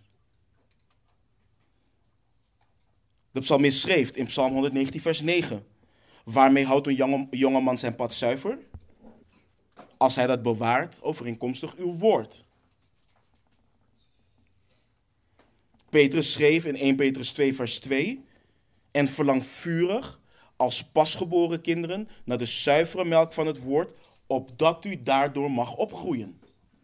De psalmist schreef in Psalm honderdnegentien, vers negen. Waarmee houdt een jonge, jonge man zijn pad zuiver? Als hij dat bewaart, overeenkomstig uw woord. Petrus schreef in eerste Petrus twee, vers twee. En verlang vurig, als pasgeboren kinderen, naar de zuivere melk van het woord, opdat u daardoor mag opgroeien.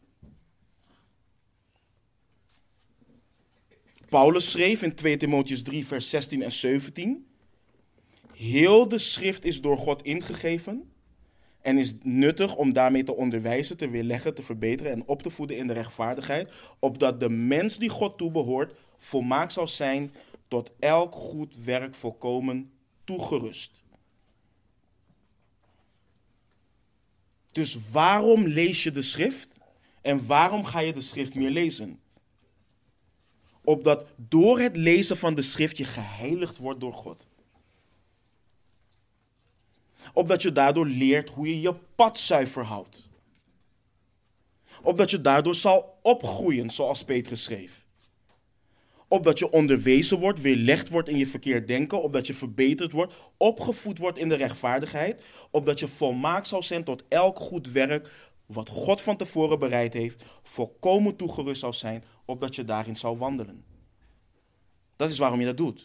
Paulus schreef in tweede Timotheüs drie, vers zestien en zeventien. Heel de schrift is door God ingegeven en is nuttig om daarmee te onderwijzen, te weerleggen, te verbeteren en op te voeden in de rechtvaardigheid, opdat de mens die God toebehoort volmaakt zal zijn, tot elk goed werk volkomen toegerust. Dus waarom lees je de schrift en waarom ga je de schrift meer lezen? Opdat door het lezen van de schrift je geheiligd wordt door God. Opdat je daardoor leert hoe je je pad zuiver houdt. Opdat je daardoor zal opgroeien, zoals Petrus schreef. Opdat je onderwezen wordt, weerlegd wordt in je verkeerd denken. Opdat je verbeterd wordt, opgevoed wordt in de rechtvaardigheid. Opdat je volmaakt zal zijn tot elk goed werk wat God van tevoren bereid heeft. Volkomen toegerust zal zijn, opdat je daarin zal wandelen. Dat is waarom je dat doet.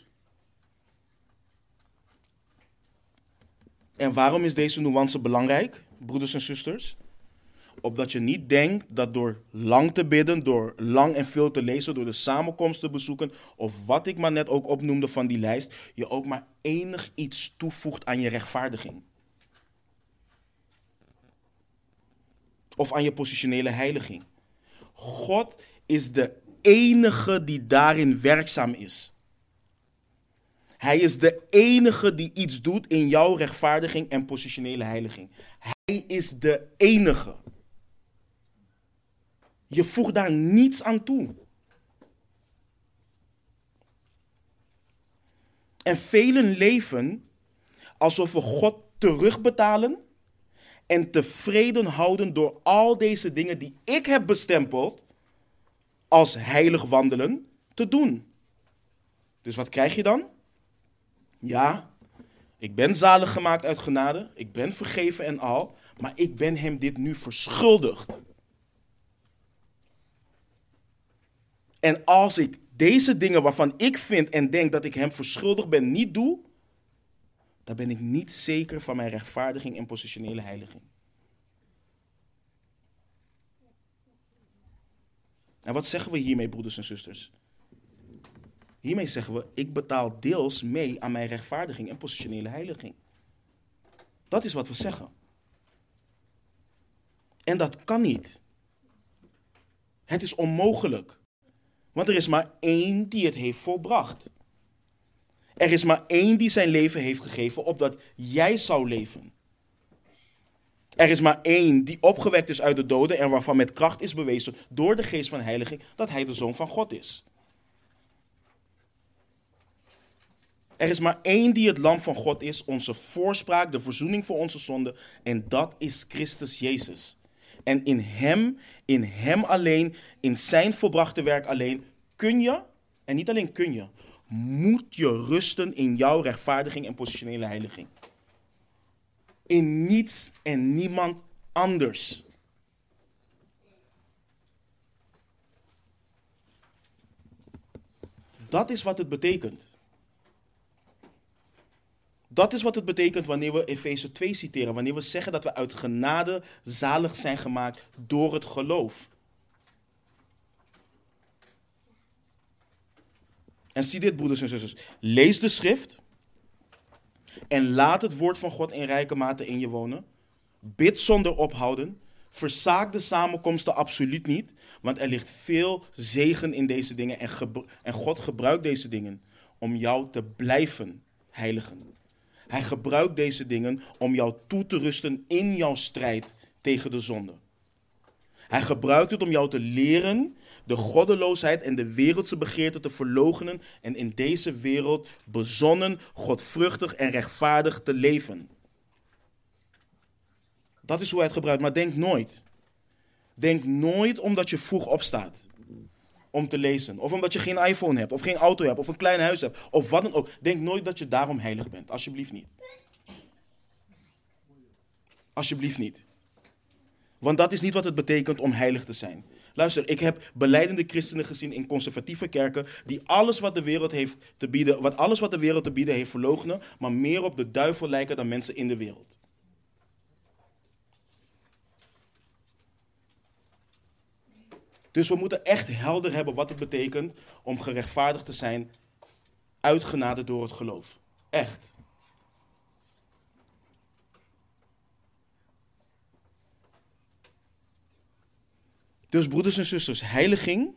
En waarom is deze nuance belangrijk, broeders en zusters? Opdat je niet denkt dat door lang te bidden, door lang en veel te lezen, door de samenkomst te bezoeken, of wat ik maar net ook opnoemde van die lijst, je ook maar enig iets toevoegt aan je rechtvaardiging. Of aan je positionele heiliging. God is de enige die daarin werkzaam is. Hij is de enige die iets doet in jouw rechtvaardiging en positionele heiliging. Hij is de enige. Je voegt daar niets aan toe. En velen leven alsof we God terugbetalen en tevreden houden door al deze dingen die ik heb bestempeld als heilig wandelen te doen. Dus wat krijg je dan? Ja, ik ben zalig gemaakt uit genade, ik ben vergeven en al, maar ik ben hem dit nu verschuldigd. En als ik deze dingen waarvan ik vind en denk dat ik hem verschuldigd ben niet doe, dan ben ik niet zeker van mijn rechtvaardiging en positionele heiliging. En wat zeggen we hiermee, broeders en zusters? Hiermee zeggen we, ik betaal deels mee aan mijn rechtvaardiging en positionele heiliging. Dat is wat we zeggen. En dat kan niet. Het is onmogelijk. Want er is maar één die het heeft volbracht. Er is maar één die zijn leven heeft gegeven opdat jij zou leven. Er is maar één die opgewekt is uit de doden en waarvan met kracht is bewezen door de geest van heiliging dat hij de Zoon van God is. Er is maar één die het lam van God is, onze voorspraak, de verzoening voor onze zonden. En dat is Christus Jezus. En in hem, in hem alleen, in zijn volbrachte werk alleen, kun je, en niet alleen kun je, moet je rusten in jouw rechtvaardiging en positionele heiliging. In niets en niemand anders. Dat is wat het betekent. Dat is wat het betekent wanneer we Efeze twee citeren. Wanneer we zeggen dat we uit genade zalig zijn gemaakt door het geloof. En zie dit, broeders en zusters. Lees de schrift. En laat het woord van God in rijke mate in je wonen. Bid zonder ophouden. Verzaak de samenkomsten absoluut niet. Want er ligt veel zegen in deze dingen. En, gebru- en God gebruikt deze dingen om jou te blijven heiligen. Hij gebruikt deze dingen om jou toe te rusten in jouw strijd tegen de zonde. Hij gebruikt het om jou te leren de goddeloosheid en de wereldse begeerte te verloochenen en in deze wereld bezonnen, godvruchtig en rechtvaardig te leven. Dat is hoe hij het gebruikt, maar denk nooit. Denk nooit omdat je vroeg opstaat om te lezen. Of omdat je geen iPhone hebt, of geen auto hebt, of een klein huis hebt, of wat dan ook. Denk nooit dat je daarom heilig bent. Alsjeblieft niet. Alsjeblieft niet. Want dat is niet wat het betekent om heilig te zijn. Luister, ik heb belijdende christenen gezien in conservatieve kerken die alles wat de wereld heeft te bieden, wat alles wat de wereld te bieden heeft verloochenen, maar meer op de duivel lijken dan mensen in de wereld. Dus we moeten echt helder hebben wat het betekent om gerechtvaardigd te zijn uit genade door het geloof. Echt. Dus broeders en zusters, heiliging,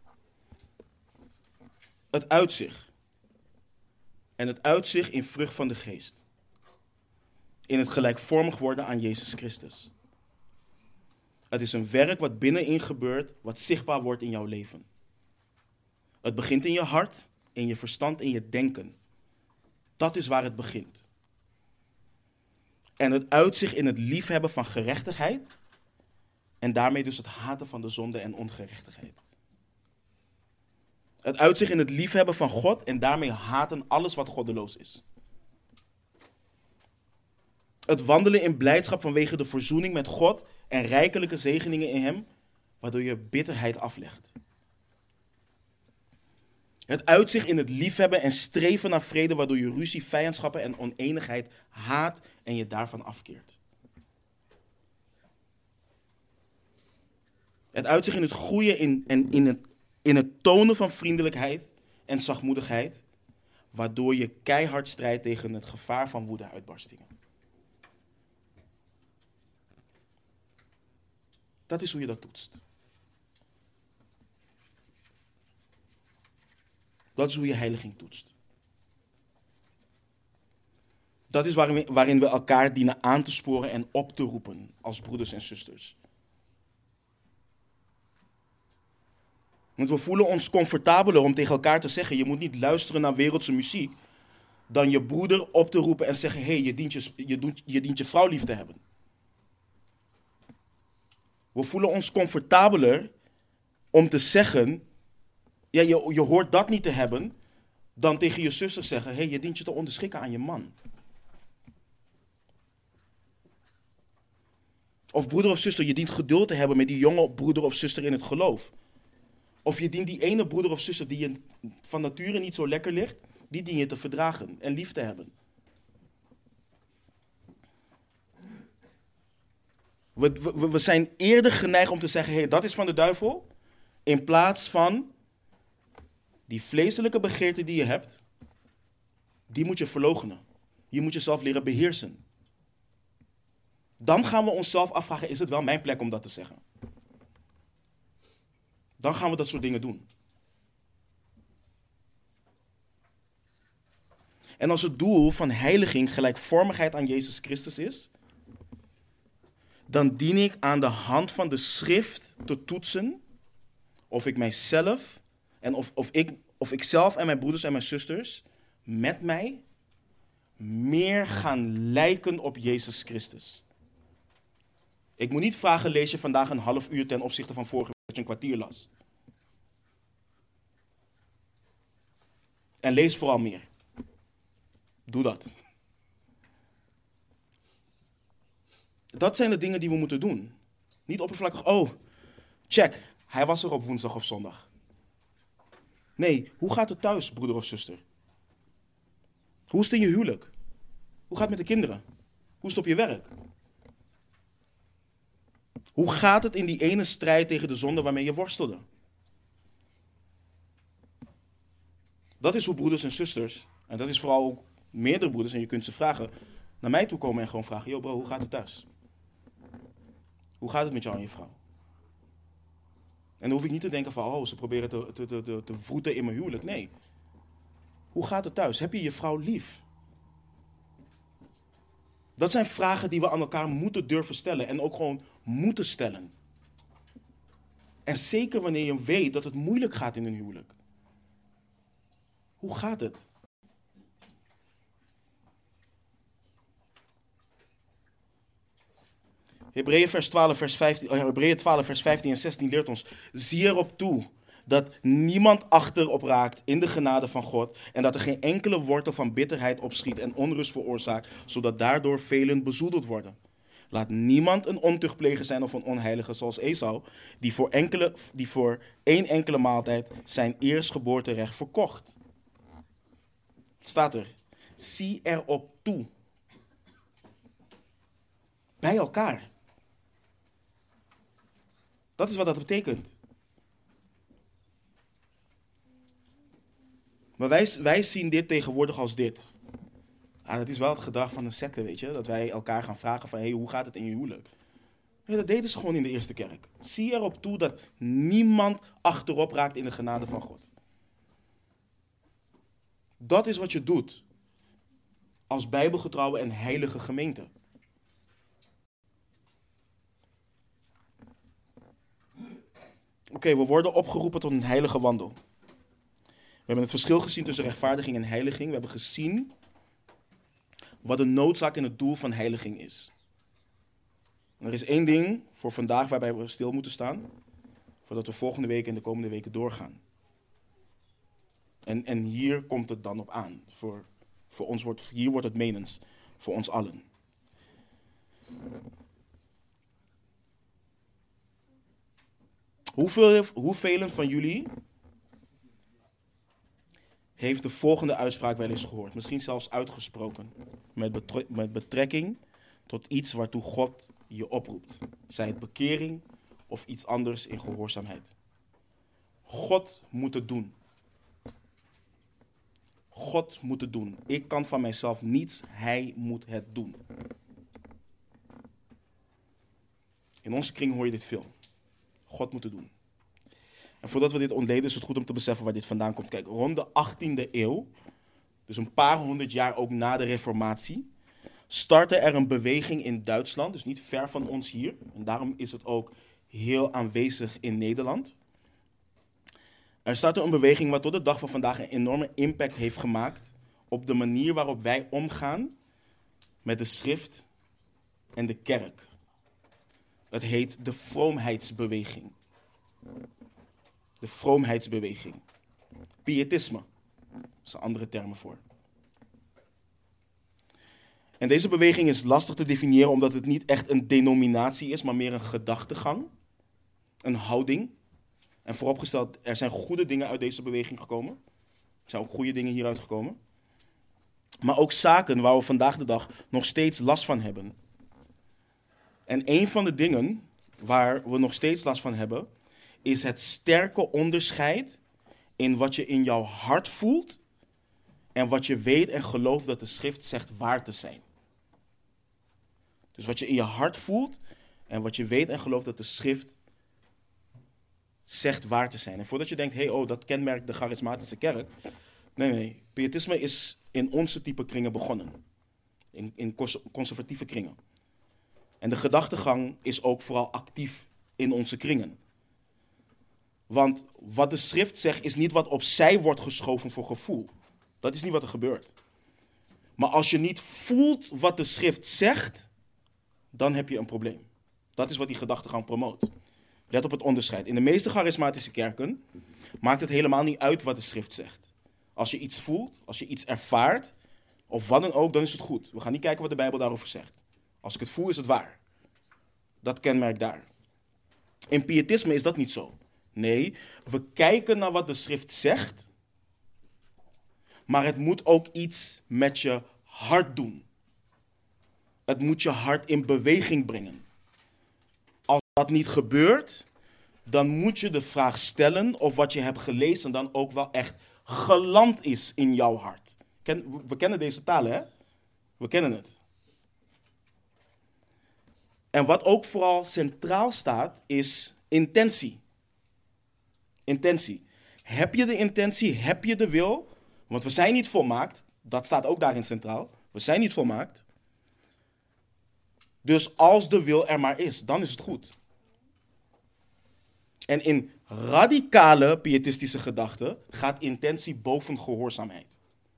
het uitzicht. En het uitzicht in vrucht van de geest. In het gelijkvormig worden aan Jezus Christus. Het is een werk wat binnenin gebeurt, wat zichtbaar wordt in jouw leven. Het begint in je hart, in je verstand, in je denken. Dat is waar het begint. En het uitzicht in het liefhebben van gerechtigheid. En daarmee dus het haten van de zonde en ongerechtigheid. Het uitzicht in het liefhebben van God en daarmee haten alles wat goddeloos is. Het wandelen in blijdschap vanwege de verzoening met God en rijkelijke zegeningen in hem, waardoor je bitterheid aflegt. Het uitzicht in het liefhebben en streven naar vrede, waardoor je ruzie, vijandschappen en oneenigheid haat en je daarvan afkeert. Het uitzicht in het groeien in, en in het, in het tonen van vriendelijkheid en zachtmoedigheid, waardoor je keihard strijdt tegen het gevaar van woedeuitbarstingen. Dat is hoe je dat toetst. Dat is hoe je heiliging toetst. Dat is waarin we, waarin we elkaar dienen aan te sporen en op te roepen als broeders en zusters. Want we voelen ons comfortabeler om tegen elkaar te zeggen, je moet niet luisteren naar wereldse muziek, dan je broeder op te roepen en zeggen, hé, hey, je, dient je, je, doet, je dient je vrouw lief te hebben. We voelen ons comfortabeler om te zeggen, ja, je, je hoort dat niet te hebben, dan tegen je zuster zeggen, hé, hey, je dient je te onderschikken aan je man. Of broeder of zuster, je dient geduld te hebben met die jonge broeder of zuster in het geloof. Of je dient die ene broeder of zuster die je van nature niet zo lekker ligt, die dien je te verdragen en lief te hebben. We, we, we zijn eerder geneigd om te zeggen, hé, hey, dat is van de duivel, in plaats van Die vleeselijke begeerte die je hebt, die moet je verloochenen. Je moet jezelf leren beheersen. Dan gaan we onszelf afvragen, is het wel mijn plek om dat te zeggen? Dan gaan we dat soort dingen doen. En als het doel van heiliging gelijkvormigheid aan Jezus Christus is, dan dien ik aan de hand van de schrift te toetsen of ik mijzelf en of, of, ik, of ik zelf en mijn broeders en mijn zusters met mij meer gaan lijken op Jezus Christus. Ik moet niet vragen, lees je vandaag een half uur ten opzichte van vorige week dat je een kwartier las. En lees vooral meer. Doe dat. Dat zijn de dingen die we moeten doen. Niet oppervlakkig, oh, check, hij was er op woensdag of zondag. Nee, hoe gaat het thuis, broeder of zuster? Hoe is het in je huwelijk? Hoe gaat het met de kinderen? Hoe is het op je werk? Hoe gaat het in die ene strijd tegen de zonde waarmee je worstelde? Dat is hoe broeders en zusters, en dat is vooral ook meerdere broeders, en je kunt ze vragen, naar mij toe komen en gewoon vragen, yo bro, hoe gaat het thuis? Hoe gaat het met jou en je vrouw? En dan hoef ik niet te denken van, oh, ze proberen te, te, te, te, te vroeten in mijn huwelijk. Nee. Hoe gaat het thuis? Heb je je vrouw lief? Dat zijn vragen die we aan elkaar moeten durven stellen en ook gewoon moeten stellen. En zeker wanneer je weet dat het moeilijk gaat in een huwelijk. Hoe gaat het? Hebreeën vers twaalf, vers vijftien, oh ja, Hebreeën twaalf, vers vijftien en zestien leert ons, zie erop toe dat niemand achterop raakt in de genade van God en dat er geen enkele wortel van bitterheid opschiet en onrust veroorzaakt, zodat daardoor velen bezoedeld worden. Laat niemand een ontuchtpleger zijn of een onheilige zoals Esau, die voor, enkele, die voor één enkele maaltijd zijn eerstgeboorterecht verkocht. Het staat er, zie erop toe. Bij elkaar. Dat is wat dat betekent. Maar wij, wij zien dit tegenwoordig als dit. Ah, dat is wel het gedrag van een secte, weet je. Dat wij elkaar gaan vragen van, hé, hey, hoe gaat het in je huwelijk? Ja, dat deden ze gewoon in de eerste kerk. Zie erop toe dat niemand achterop raakt in de genade van God. Dat is wat je doet. Als bijbelgetrouwe en heilige gemeente. Oké, okay, we worden opgeroepen tot een heilige wandel. We hebben het verschil gezien tussen rechtvaardiging en heiliging. We hebben gezien wat de noodzaak en het doel van heiliging is. En er is één ding voor vandaag waarbij we stil moeten staan, voordat we volgende week en de komende weken doorgaan. En, en hier komt het dan op aan. Voor, voor ons wordt, hier wordt het menens, voor ons allen. Hoeveel, hoeveel van jullie heeft de volgende uitspraak wel eens gehoord? Misschien zelfs uitgesproken. Met, betre- met betrekking tot iets waartoe God je oproept. Zij het bekering of iets anders in gehoorzaamheid. God moet het doen. God moet het doen. Ik kan van mijzelf niets. Hij moet het doen. In onze kring hoor je dit veel. God moet het doen. En voordat we dit ontleden is het goed om te beseffen waar dit vandaan komt. Kijk, rond de achttiende eeuw, dus een paar honderd jaar ook na de Reformatie, startte er een beweging in Duitsland, dus niet ver van ons hier. En daarom is het ook heel aanwezig in Nederland. Er startte een beweging wat tot de dag van vandaag een enorme impact heeft gemaakt op de manier waarop wij omgaan met de schrift en de kerk. Het heet de vroomheidsbeweging. De vroomheidsbeweging. Pietisme. Dat zijn andere termen voor. En deze beweging is lastig te definiëren omdat het niet echt een denominatie is, maar meer een gedachtegang. Een houding. En vooropgesteld, er zijn goede dingen uit deze beweging gekomen. Er zijn ook goede dingen hieruit gekomen. Maar ook zaken waar we vandaag de dag nog steeds last van hebben. En een van de dingen waar we nog steeds last van hebben, is het sterke onderscheid in wat je in jouw hart voelt en wat je weet en gelooft dat de schrift zegt waar te zijn. Dus wat je in je hart voelt en wat je weet en gelooft dat de schrift zegt waar te zijn. En voordat je denkt, hey, oh, dat kenmerkt de charismatische kerk. Nee, nee, pietisme is in onze type kringen begonnen. In, in conservatieve kringen. En de gedachtegang is ook vooral actief in onze kringen. Want wat de schrift zegt is niet wat opzij wordt geschoven voor gevoel. Dat is niet wat er gebeurt. Maar als je niet voelt wat de schrift zegt, dan heb je een probleem. Dat is wat die gedachtegang promoot. Let op het onderscheid. In de meeste charismatische kerken maakt het helemaal niet uit wat de schrift zegt. Als je iets voelt, als je iets ervaart, of wat dan ook, dan is het goed. We gaan niet kijken wat de Bijbel daarover zegt. Als ik het voel, is het waar. Dat kenmerkt daar. In pietisme is dat niet zo. Nee, we kijken naar wat de schrift zegt, maar het moet ook iets met je hart doen. Het moet je hart in beweging brengen. Als dat niet gebeurt, dan moet je de vraag stellen of wat je hebt gelezen dan ook wel echt geland is in jouw hart. We kennen deze talen, hè? We kennen het. En wat ook vooral centraal staat, is intentie. Intentie. Heb je de intentie, heb je de wil? Want we zijn niet volmaakt. Dat staat ook daarin centraal. We zijn niet volmaakt. Dus als de wil er maar is, dan is het goed. En in radicale pietistische gedachten gaat intentie boven gehoorzaamheid.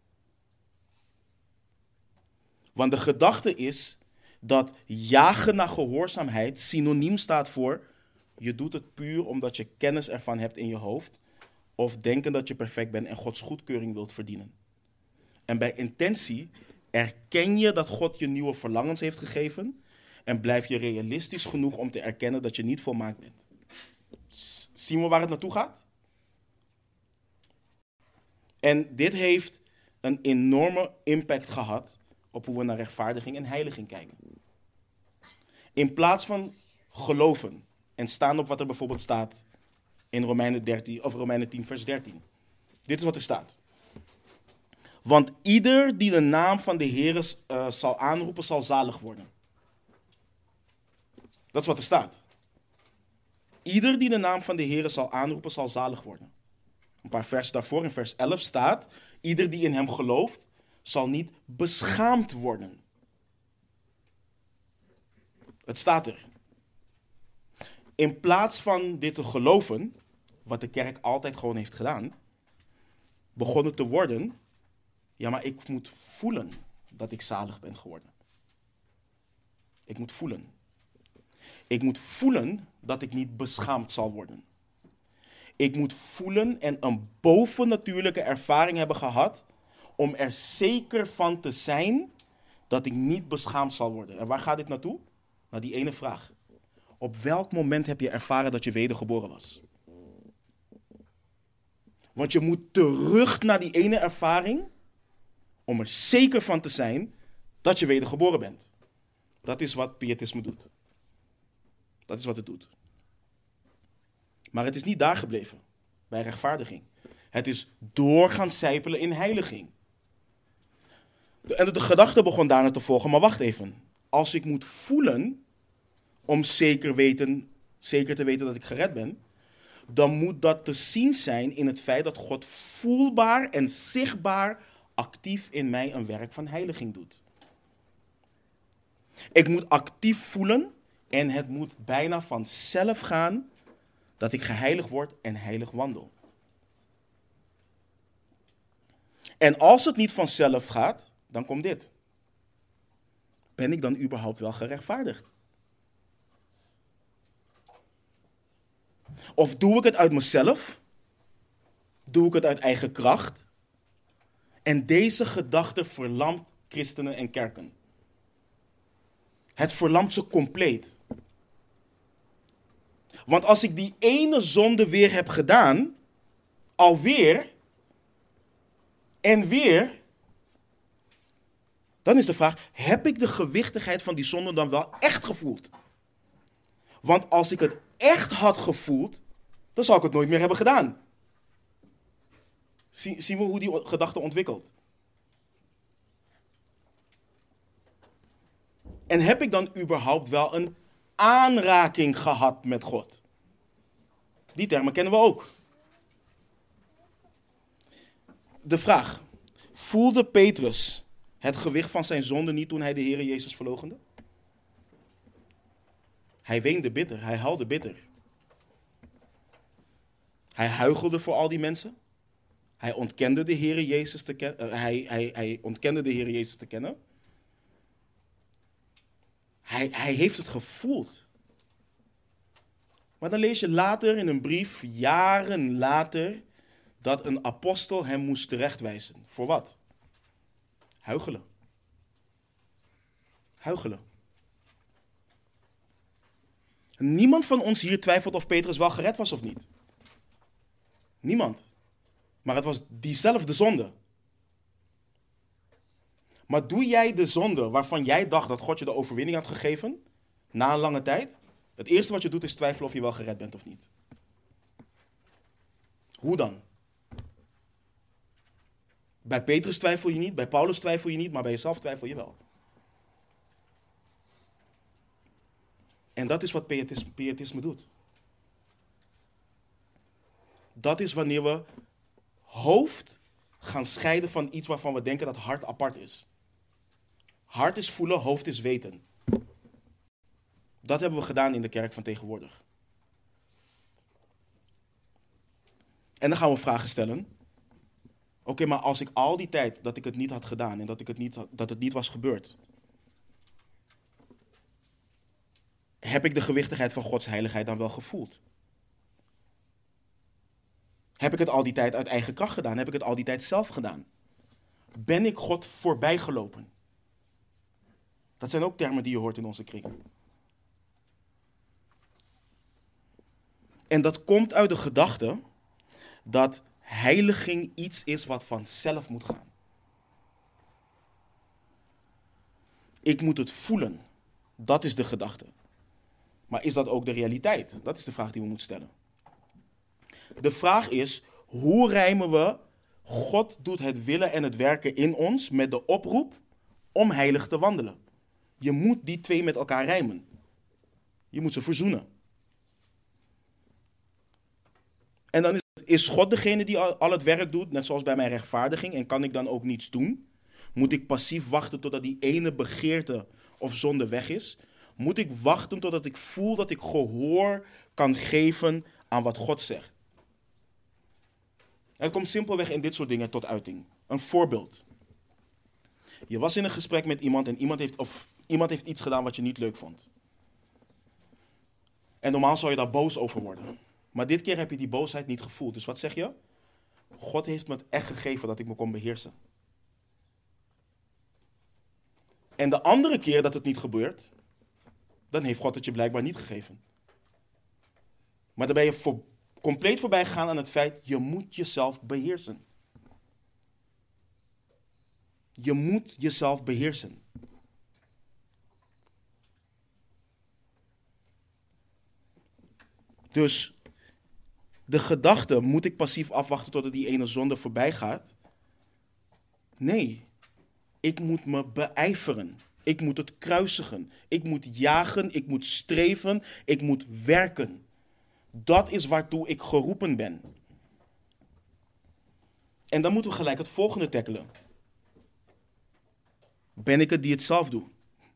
Want de gedachte is dat jagen naar gehoorzaamheid synoniem staat voor je doet het puur omdat je kennis ervan hebt in je hoofd of denken dat je perfect bent en Gods goedkeuring wilt verdienen. En bij intentie erken je dat God je nieuwe verlangens heeft gegeven en blijf je realistisch genoeg om te erkennen dat je niet volmaakt bent. Zien we waar het naartoe gaat? En dit heeft een enorme impact gehad op hoe we naar rechtvaardiging en heiliging kijken. In plaats van geloven en staan op wat er bijvoorbeeld staat in Romeinen, dertien, of Romeinen tien, vers dertien. Dit is wat er staat. Want ieder die de naam van de Heer uh, zal aanroepen, zal zalig worden. Dat is wat er staat. Ieder die de naam van de Heer zal aanroepen, zal zalig worden. Een paar versen daarvoor, in vers elf staat, ieder die in hem gelooft, zal niet beschaamd worden. Het staat er. In plaats van dit te geloven, wat de kerk altijd gewoon heeft gedaan, begon het te worden, ja, maar ik moet voelen dat ik zalig ben geworden. Ik moet voelen. Ik moet voelen dat ik niet beschaamd zal worden. Ik moet voelen en een bovennatuurlijke ervaring hebben gehad om er zeker van te zijn dat ik niet beschaamd zal worden. En waar gaat dit naartoe? Naar die ene vraag. Op welk moment heb je ervaren dat je wedergeboren was? Want je moet terug naar die ene ervaring om er zeker van te zijn dat je wedergeboren bent. Dat is wat pietisme doet. Dat is wat het doet. Maar het is niet daar gebleven, bij rechtvaardiging. Het is door gaan sijpelen in heiliging. En de gedachte begon daarna te volgen, maar wacht even. Als ik moet voelen om zeker, weten, zeker te weten dat ik gered ben, dan moet dat te zien zijn in het feit dat God voelbaar en zichtbaar actief in mij een werk van heiliging doet. Ik moet actief voelen en het moet bijna vanzelf gaan dat ik geheiligd word en heilig wandel. En als het niet vanzelf gaat, dan komt dit. Ben ik dan überhaupt wel gerechtvaardigd? Of doe ik het uit mezelf? Doe ik het uit eigen kracht? En deze gedachte verlamt christenen en kerken. Het verlamt ze compleet. Want als ik die ene zonde weer heb gedaan, alweer en weer, dan is de vraag, heb ik de gewichtigheid van die zonde dan wel echt gevoeld? Want als ik het echt had gevoeld, dan zou ik het nooit meer hebben gedaan. Zie, zien we hoe die gedachte ontwikkelt? En heb ik dan überhaupt wel een aanraking gehad met God? Die termen kennen we ook. De vraag: voelde Petrus het gewicht van zijn zonde niet toen hij de Heere Jezus verloochende? Hij weende bitter, hij huilde bitter. Hij huichelde voor al die mensen. Hij ontkende de Heere Jezus te kennen. Uh, hij, hij, hij ontkende de Heere Jezus te kennen. Hij, hij heeft het gevoeld. Maar dan lees je later in een brief, jaren later, dat een apostel hem moest terechtwijzen. Voor wat? Huichelen. Huichelen. Niemand van ons hier twijfelt of Petrus wel gered was of niet. Niemand. Maar het was diezelfde zonde. Maar doe jij de zonde waarvan jij dacht dat God je de overwinning had gegeven, na een lange tijd? Het eerste wat je doet is twijfelen of je wel gered bent of niet. Hoe dan? Bij Petrus twijfel je niet, bij Paulus twijfel je niet, maar bij jezelf twijfel je wel. En dat is wat pietisme, pietisme doet. Dat is wanneer we hoofd gaan scheiden van iets waarvan we denken dat hart apart is. Hart is voelen, hoofd is weten. Dat hebben we gedaan in de kerk van tegenwoordig. En dan gaan we vragen stellen. Oké, okay, maar als ik al die tijd dat ik het niet had gedaan en dat, ik het niet, dat het niet was gebeurd, heb ik de gewichtigheid van Gods heiligheid dan wel gevoeld? Heb ik het al die tijd uit eigen kracht gedaan? Heb ik het al die tijd zelf gedaan? Ben ik God voorbijgelopen? Dat zijn ook termen die je hoort in onze kring. En dat komt uit de gedachte dat heiliging iets is wat vanzelf moet gaan. Ik moet het voelen. Dat is de gedachte. Maar is dat ook de realiteit? Dat is de vraag die we moeten stellen. De vraag is, hoe rijmen we God doet het willen en het werken in ons met de oproep om heilig te wandelen? Je moet die twee met elkaar rijmen. Je moet ze verzoenen. En dan is, is God degene die al, al het werk doet, net zoals bij mijn rechtvaardiging, en kan ik dan ook niets doen? Moet ik passief wachten totdat die ene begeerte of zonde weg is? Moet ik wachten totdat ik voel dat ik gehoor kan geven aan wat God zegt? Het komt simpelweg in dit soort dingen tot uiting. Een voorbeeld. Je was in een gesprek met iemand en iemand heeft, of iemand heeft iets gedaan wat je niet leuk vond. En normaal zou je daar boos over worden. Maar dit keer heb je die boosheid niet gevoeld. Dus wat zeg je? God heeft me het echt gegeven dat ik me kon beheersen. En de andere keer dat het niet gebeurt, dan heeft God het je blijkbaar niet gegeven. Maar dan ben je voor, compleet voorbij gegaan aan het feit, je moet jezelf beheersen. Je moet jezelf beheersen. Dus de gedachte, moet ik passief afwachten totdat die ene zonde voorbij gaat? Nee, ik moet me beijveren. Ik moet het kruisigen. Ik moet jagen, ik moet streven, ik moet werken. Dat is waartoe ik geroepen ben. En dan moeten we gelijk het volgende tackelen. Ben ik het die het zelf doet?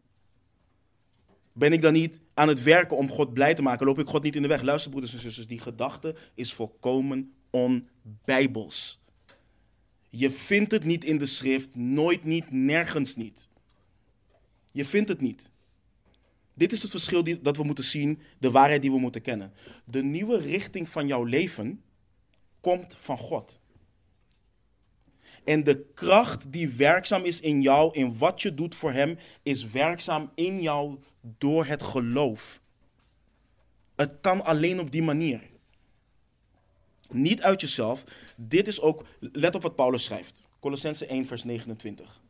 Ben ik dan niet aan het werken om God blij te maken? Loop ik God niet in de weg? Luister, broeders en zusters, die gedachte is volkomen onbijbels. Je vindt het niet in de schrift, nooit niet, nergens niet. Je vindt het niet. Dit is het verschil die, dat we moeten zien, de waarheid die we moeten kennen. De nieuwe richting van jouw leven komt van God. En de kracht die werkzaam is in jou, in wat je doet voor hem, is werkzaam in jou door het geloof. Het kan alleen op die manier. Niet uit jezelf. Dit is ook, let op wat Paulus schrijft. Colossenzen één vers negenentwintig.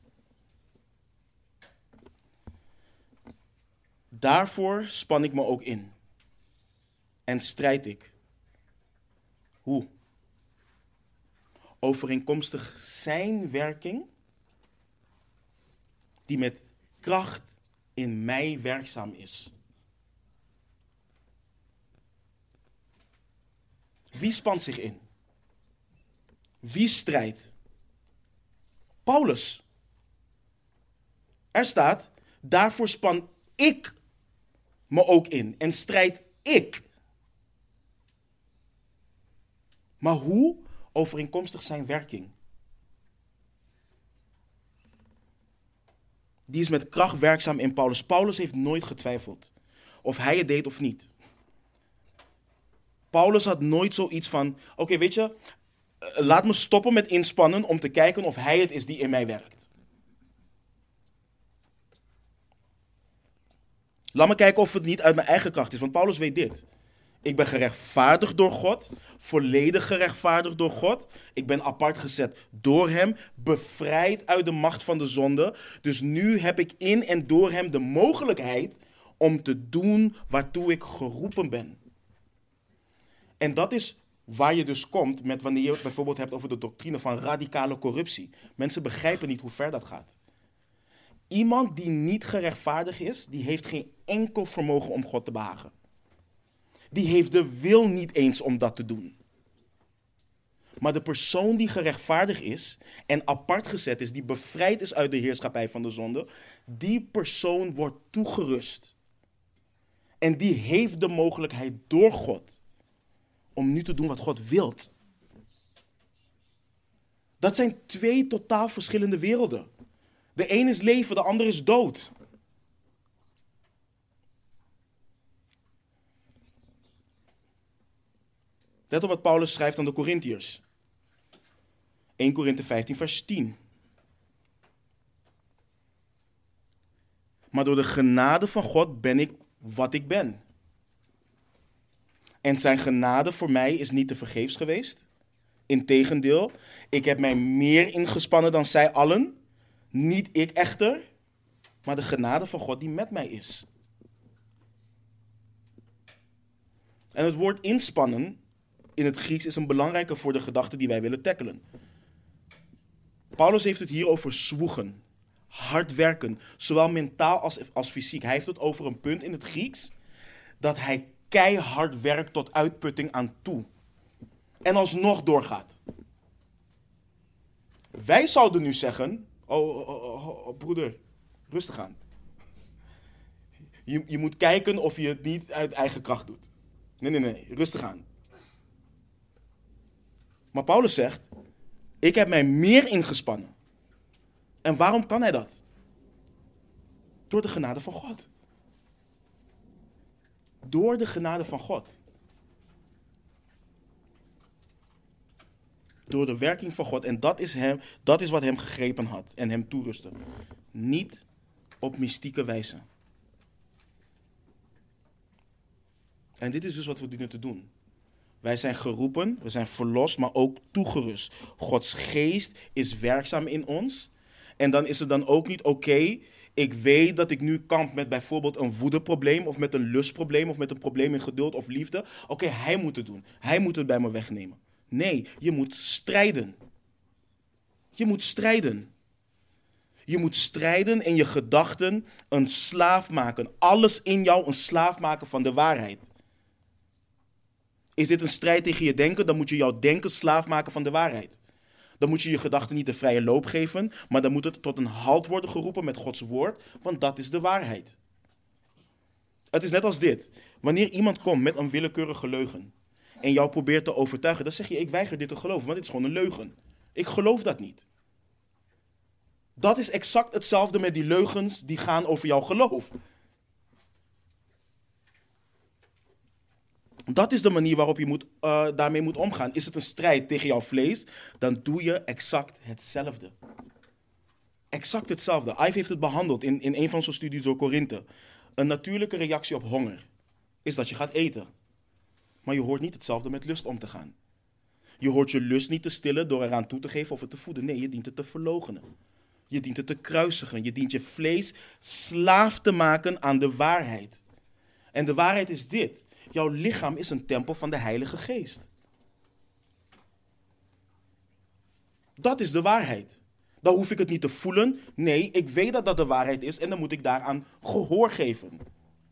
Daarvoor span ik me ook in. En strijd ik. Hoe? overeenkomstig zijn werking, die met kracht in mij werkzaam is. Wie spant zich in? Wie strijdt? Paulus. Er staat, daarvoor span ik me ook in en strijd ik. Maar hoe? Overeenkomstig zijn werking. Die is met kracht werkzaam in Paulus. Paulus heeft nooit getwijfeld of hij het deed of niet. Paulus had nooit zoiets van, oké, okay, weet je, laat me stoppen met inspannen om te kijken of hij het is die in mij werkt. Laat me kijken of het niet uit mijn eigen kracht is, want Paulus weet dit. Ik ben gerechtvaardigd door God, volledig gerechtvaardigd door God. Ik ben apart gezet door hem, bevrijd uit de macht van de zonde. Dus nu heb ik in en door hem de mogelijkheid om te doen waartoe ik geroepen ben. En dat is waar je dus komt met wanneer je het bijvoorbeeld hebt over de doctrine van radicale corruptie. Mensen begrijpen niet hoe ver dat gaat. Iemand die niet gerechtvaardigd is, die heeft geen enkel vermogen om God te behagen. Die heeft de wil niet eens om dat te doen. Maar de persoon die gerechtvaardigd is en apart gezet is, die bevrijd is uit de heerschappij van de zonde, die persoon wordt toegerust. En die heeft de mogelijkheid door God om nu te doen wat God wilt. Dat zijn twee totaal verschillende werelden. De een is leven, de ander is dood. Let op wat Paulus schrijft aan de Korintiërs. eerste Korinthe vijftien, vers tien. Maar door de genade van God ben ik wat ik ben. En zijn genade voor mij is niet te vergeefs geweest. Integendeel, ik heb mij meer ingespannen dan zij allen. Niet ik echter, maar de genade van God die met mij is. En het woord inspannen in het Grieks is een belangrijke voor de gedachte die wij willen tackelen. Paulus heeft het hier over zwoegen, hard werken, zowel mentaal als, als fysiek. Hij heeft het over een punt in het Grieks dat hij keihard werkt tot uitputting aan toe. En alsnog doorgaat. Wij zouden nu zeggen, oh, oh, oh, oh, oh broeder, rustig aan. Je, je moet kijken of je het niet uit eigen kracht doet. Nee, nee, nee, rustig aan. Maar Paulus zegt, ik heb mij meer ingespannen. En waarom kan hij dat? Door de genade van God. Door de genade van God. Door de werking van God. En dat is, hem, dat is wat hem gegrepen had en hem toerustte. Niet op mystieke wijze. En dit is dus wat we dienen te doen. Wij zijn geroepen, we zijn verlost, maar ook toegerust. Gods geest is werkzaam in ons. En dan is het dan ook niet, oké, okay, ik weet dat ik nu kamp met bijvoorbeeld een woedeprobleem of met een lustprobleem of met een probleem in geduld of liefde. Oké, okay, hij moet het doen. Hij moet het bij me wegnemen. Nee, je moet strijden. Je moet strijden. Je moet strijden en je gedachten een slaaf maken. Alles in jou een slaaf maken van de waarheid. Is dit een strijd tegen je denken, dan moet je jouw denken slaaf maken van de waarheid. Dan moet je je gedachten niet de vrije loop geven, maar dan moet het tot een halt worden geroepen met Gods woord, want dat is de waarheid. Het is net als dit. Wanneer iemand komt met een willekeurige leugen en jou probeert te overtuigen, dan zeg je, ik weiger dit te geloven, want dit is gewoon een leugen. Ik geloof dat niet. Dat is exact hetzelfde met die leugens die gaan over jouw geloof. Dat is de manier waarop je moet, uh, daarmee moet omgaan. Is het een strijd tegen jouw vlees, dan doe je exact hetzelfde. Exact hetzelfde. Ive heeft het behandeld in, in een van zijn studies door Korinthe. Een natuurlijke reactie op honger is dat je gaat eten. Maar je hoort niet hetzelfde met lust om te gaan. Je hoort je lust niet te stillen door eraan toe te geven of het te voeden. Nee, je dient het te verloochenen. Je dient het te kruisigen. Je dient je vlees slaaf te maken aan de waarheid. En de waarheid is dit. Jouw lichaam is een tempel van de Heilige Geest. Dat is de waarheid. Dan hoef ik het niet te voelen. Nee, ik weet dat dat de waarheid is en dan moet ik daaraan gehoor geven.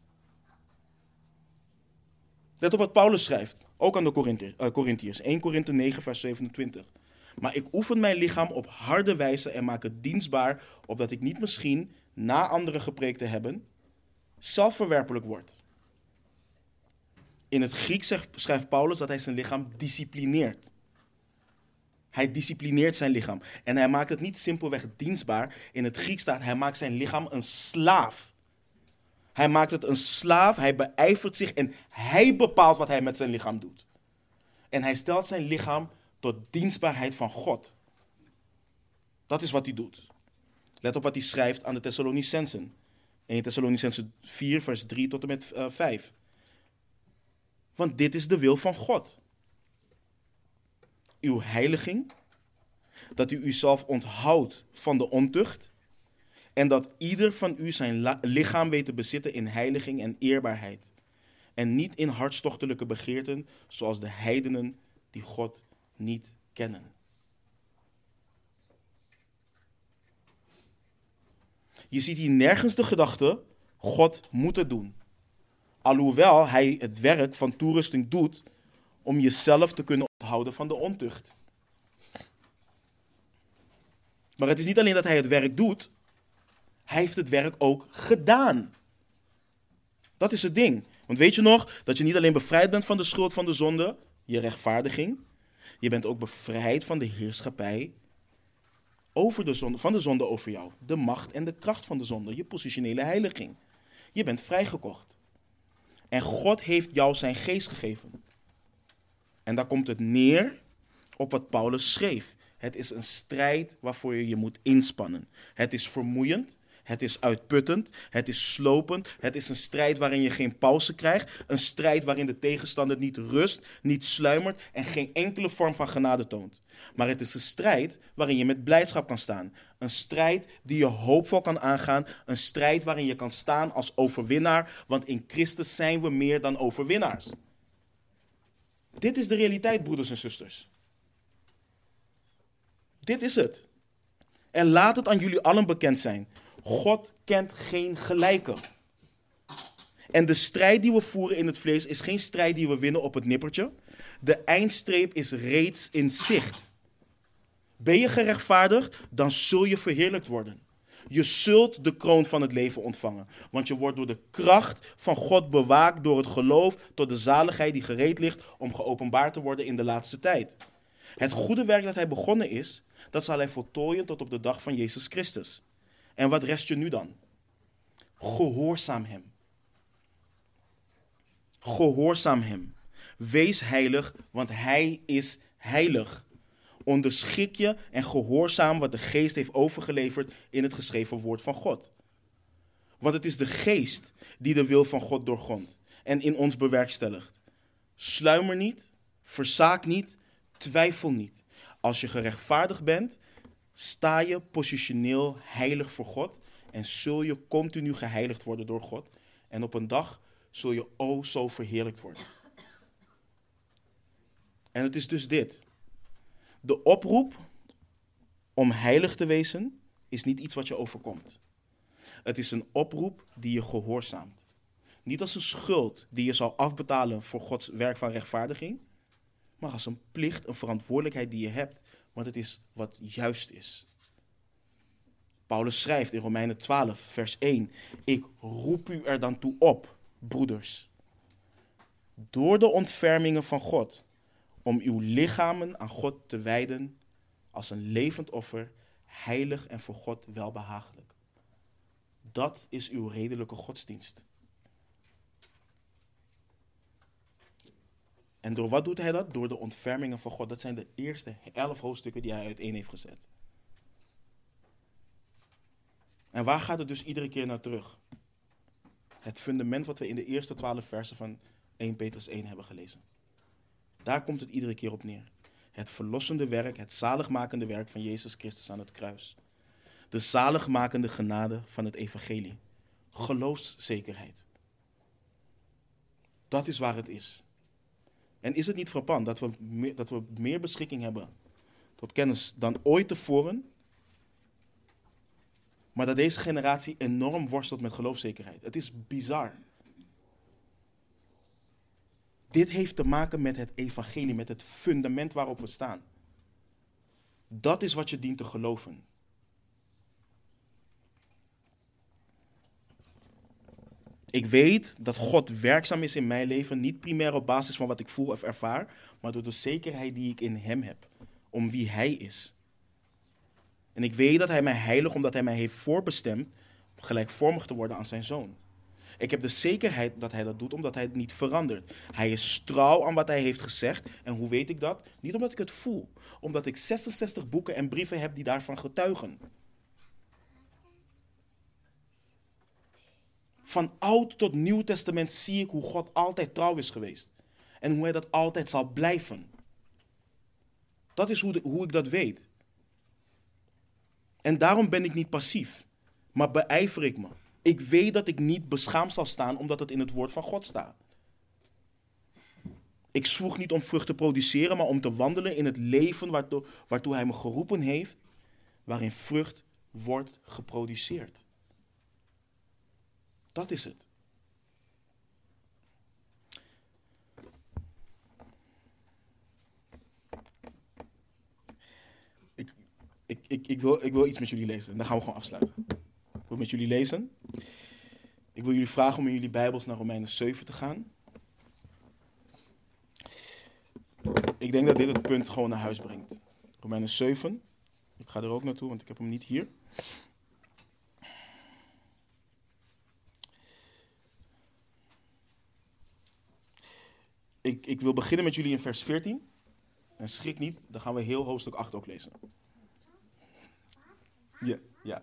Let op wat Paulus schrijft, ook aan de Korinthe- uh, Korinthiërs. eerste Korinthe negen, vers zevenentwintig. Maar ik oefen mijn lichaam op harde wijze en maak het dienstbaar, opdat ik niet misschien, na anderen gepreekt te hebben, zelfverwerpelijk word. In het Grieks zegt- schrijft Paulus dat hij zijn lichaam disciplineert. Hij disciplineert zijn lichaam. En hij maakt het niet simpelweg dienstbaar. In het Grieks staat, hij maakt zijn lichaam een slaaf. Hij maakt het een slaaf, hij beijvert zich en hij bepaalt wat hij met zijn lichaam doet. En hij stelt zijn lichaam tot dienstbaarheid van God. Dat is wat hij doet. Let op wat hij schrijft aan de Thessalonicensen. eerste Thessalonicensen vier, vers drie tot en met uh, vijf. Want dit is de wil van God. Uw heiliging, dat u uzelf onthoudt van de ontucht en dat ieder van u zijn la- lichaam weet te bezitten in heiliging en eerbaarheid en niet in hartstochtelijke begeerten zoals de heidenen die God niet kennen. Je ziet hier nergens de gedachte, God moet het doen. Alhoewel hij het werk van toerusting doet om jezelf te kunnen onthouden van de ontucht. Maar het is niet alleen dat hij het werk doet, hij heeft het werk ook gedaan. Dat is het ding. Want weet je nog dat je niet alleen bevrijd bent van de schuld van de zonde, je rechtvaardiging, je bent ook bevrijd van de heerschappij over de zonde, van de zonde over jou. De macht en de kracht van de zonde, je positionele heiliging. Je bent vrijgekocht. En God heeft jou zijn geest gegeven. En daar komt het neer op wat Paulus schreef. Het is een strijd waarvoor je je moet inspannen. Het is vermoeiend, het is uitputtend, het is slopend. Het is een strijd waarin je geen pauze krijgt. Een strijd waarin de tegenstander niet rust, niet sluimert en geen enkele vorm van genade toont. Maar het is een strijd waarin je met blijdschap kan staan. Een strijd die je hoopvol kan aangaan. Een strijd waarin je kan staan als overwinnaar. Want in Christus zijn we meer dan overwinnaars. Dit is de realiteit, broeders en zusters. Dit is het. En laat het aan jullie allen bekend zijn. God kent geen gelijke. En de strijd die we voeren in het vlees is geen strijd die we winnen op het nippertje. De eindstreep is reeds in zicht. Ben je gerechtvaardigd, dan zul je verheerlijkt worden. Je zult de kroon van het leven ontvangen. Want je wordt door de kracht van God bewaakt door het geloof tot de zaligheid die gereed ligt om geopenbaard te worden in de laatste tijd. Het goede werk dat hij begonnen is, dat zal hij voltooien tot op de dag van Jezus Christus. En wat rest je nu dan? Gehoorzaam hem. Gehoorzaam hem. Wees heilig, want hij is heilig. Onderschik je en gehoorzaam wat de geest heeft overgeleverd in het geschreven woord van God. Want het is de geest die de wil van God doorgrondt en in ons bewerkstelligt. Sluimer niet, verzaak niet, twijfel niet. Als je gerechtvaardigd bent, sta je positioneel heilig voor God en zul je continu geheiligd worden door God. En op een dag zul je o zo verheerlijkt worden. En het is dus dit. De oproep om heilig te wezen is niet iets wat je overkomt. Het is een oproep die je gehoorzaamt. Niet als een schuld die je zal afbetalen voor Gods werk van rechtvaardiging, maar als een plicht, een verantwoordelijkheid die je hebt, want het is wat juist is. Paulus schrijft in Romeinen twaalf, vers één, ik roep u er dan toe op, broeders, door de ontfermingen van God, om uw lichamen aan God te wijden als een levend offer, heilig en voor God welbehagelijk. Dat is uw redelijke godsdienst. En door wat doet hij dat? Door de ontfermingen van God. Dat zijn de eerste elf hoofdstukken die hij uiteen heeft gezet. En waar gaat het dus iedere keer naar terug? Het fundament wat we in de eerste twaalf versen van eerste Petrus één hebben gelezen. Daar komt het iedere keer op neer. Het verlossende werk, het zaligmakende werk van Jezus Christus aan het kruis. De zaligmakende genade van het evangelie. Geloofszekerheid. Dat is waar het is. En is het niet frappant dat we meer, dat we meer beschikking hebben tot kennis dan ooit tevoren. Maar dat deze generatie enorm worstelt met geloofszekerheid. Het is bizar. Dit heeft te maken met het evangelie, met het fundament waarop we staan. Dat is wat je dient te geloven. Ik weet dat God werkzaam is in mijn leven, niet primair op basis van wat ik voel of ervaar, maar door de zekerheid die ik in hem heb, om wie hij is. En ik weet dat hij mij heiligt omdat hij mij heeft voorbestemd gelijkvormig te worden aan zijn zoon. Ik heb de zekerheid dat hij dat doet omdat hij het niet verandert. Hij is trouw aan wat hij heeft gezegd. En hoe weet ik dat? Niet omdat ik het voel. Omdat ik zesenzestig boeken en brieven heb die daarvan getuigen. Van Oud tot Nieuw Testament zie ik hoe God altijd trouw is geweest. En hoe hij dat altijd zal blijven. Dat is hoe, de, hoe ik dat weet. En daarom ben ik niet passief, maar beijver ik me. Ik weet dat ik niet beschaamd zal staan omdat het in het woord van God staat. Ik zwoeg niet om vrucht te produceren, maar om te wandelen in het leven waartoe, waartoe hij me geroepen heeft, waarin vrucht wordt geproduceerd. Dat is het. Ik, ik, ik, ik, wil, ik wil iets met jullie lezen en dan gaan we gewoon afsluiten. Ik wil met jullie lezen. Ik wil jullie vragen om in jullie Bijbels naar Romeinen zeven te gaan. Ik denk dat dit het punt gewoon naar huis brengt. Romeinen zeven. Ik ga er ook naartoe, want ik heb hem niet hier. Ik, ik wil beginnen met jullie in vers veertien. En schrik niet, dan gaan we heel hoofdstuk acht ook lezen. Ja, ja.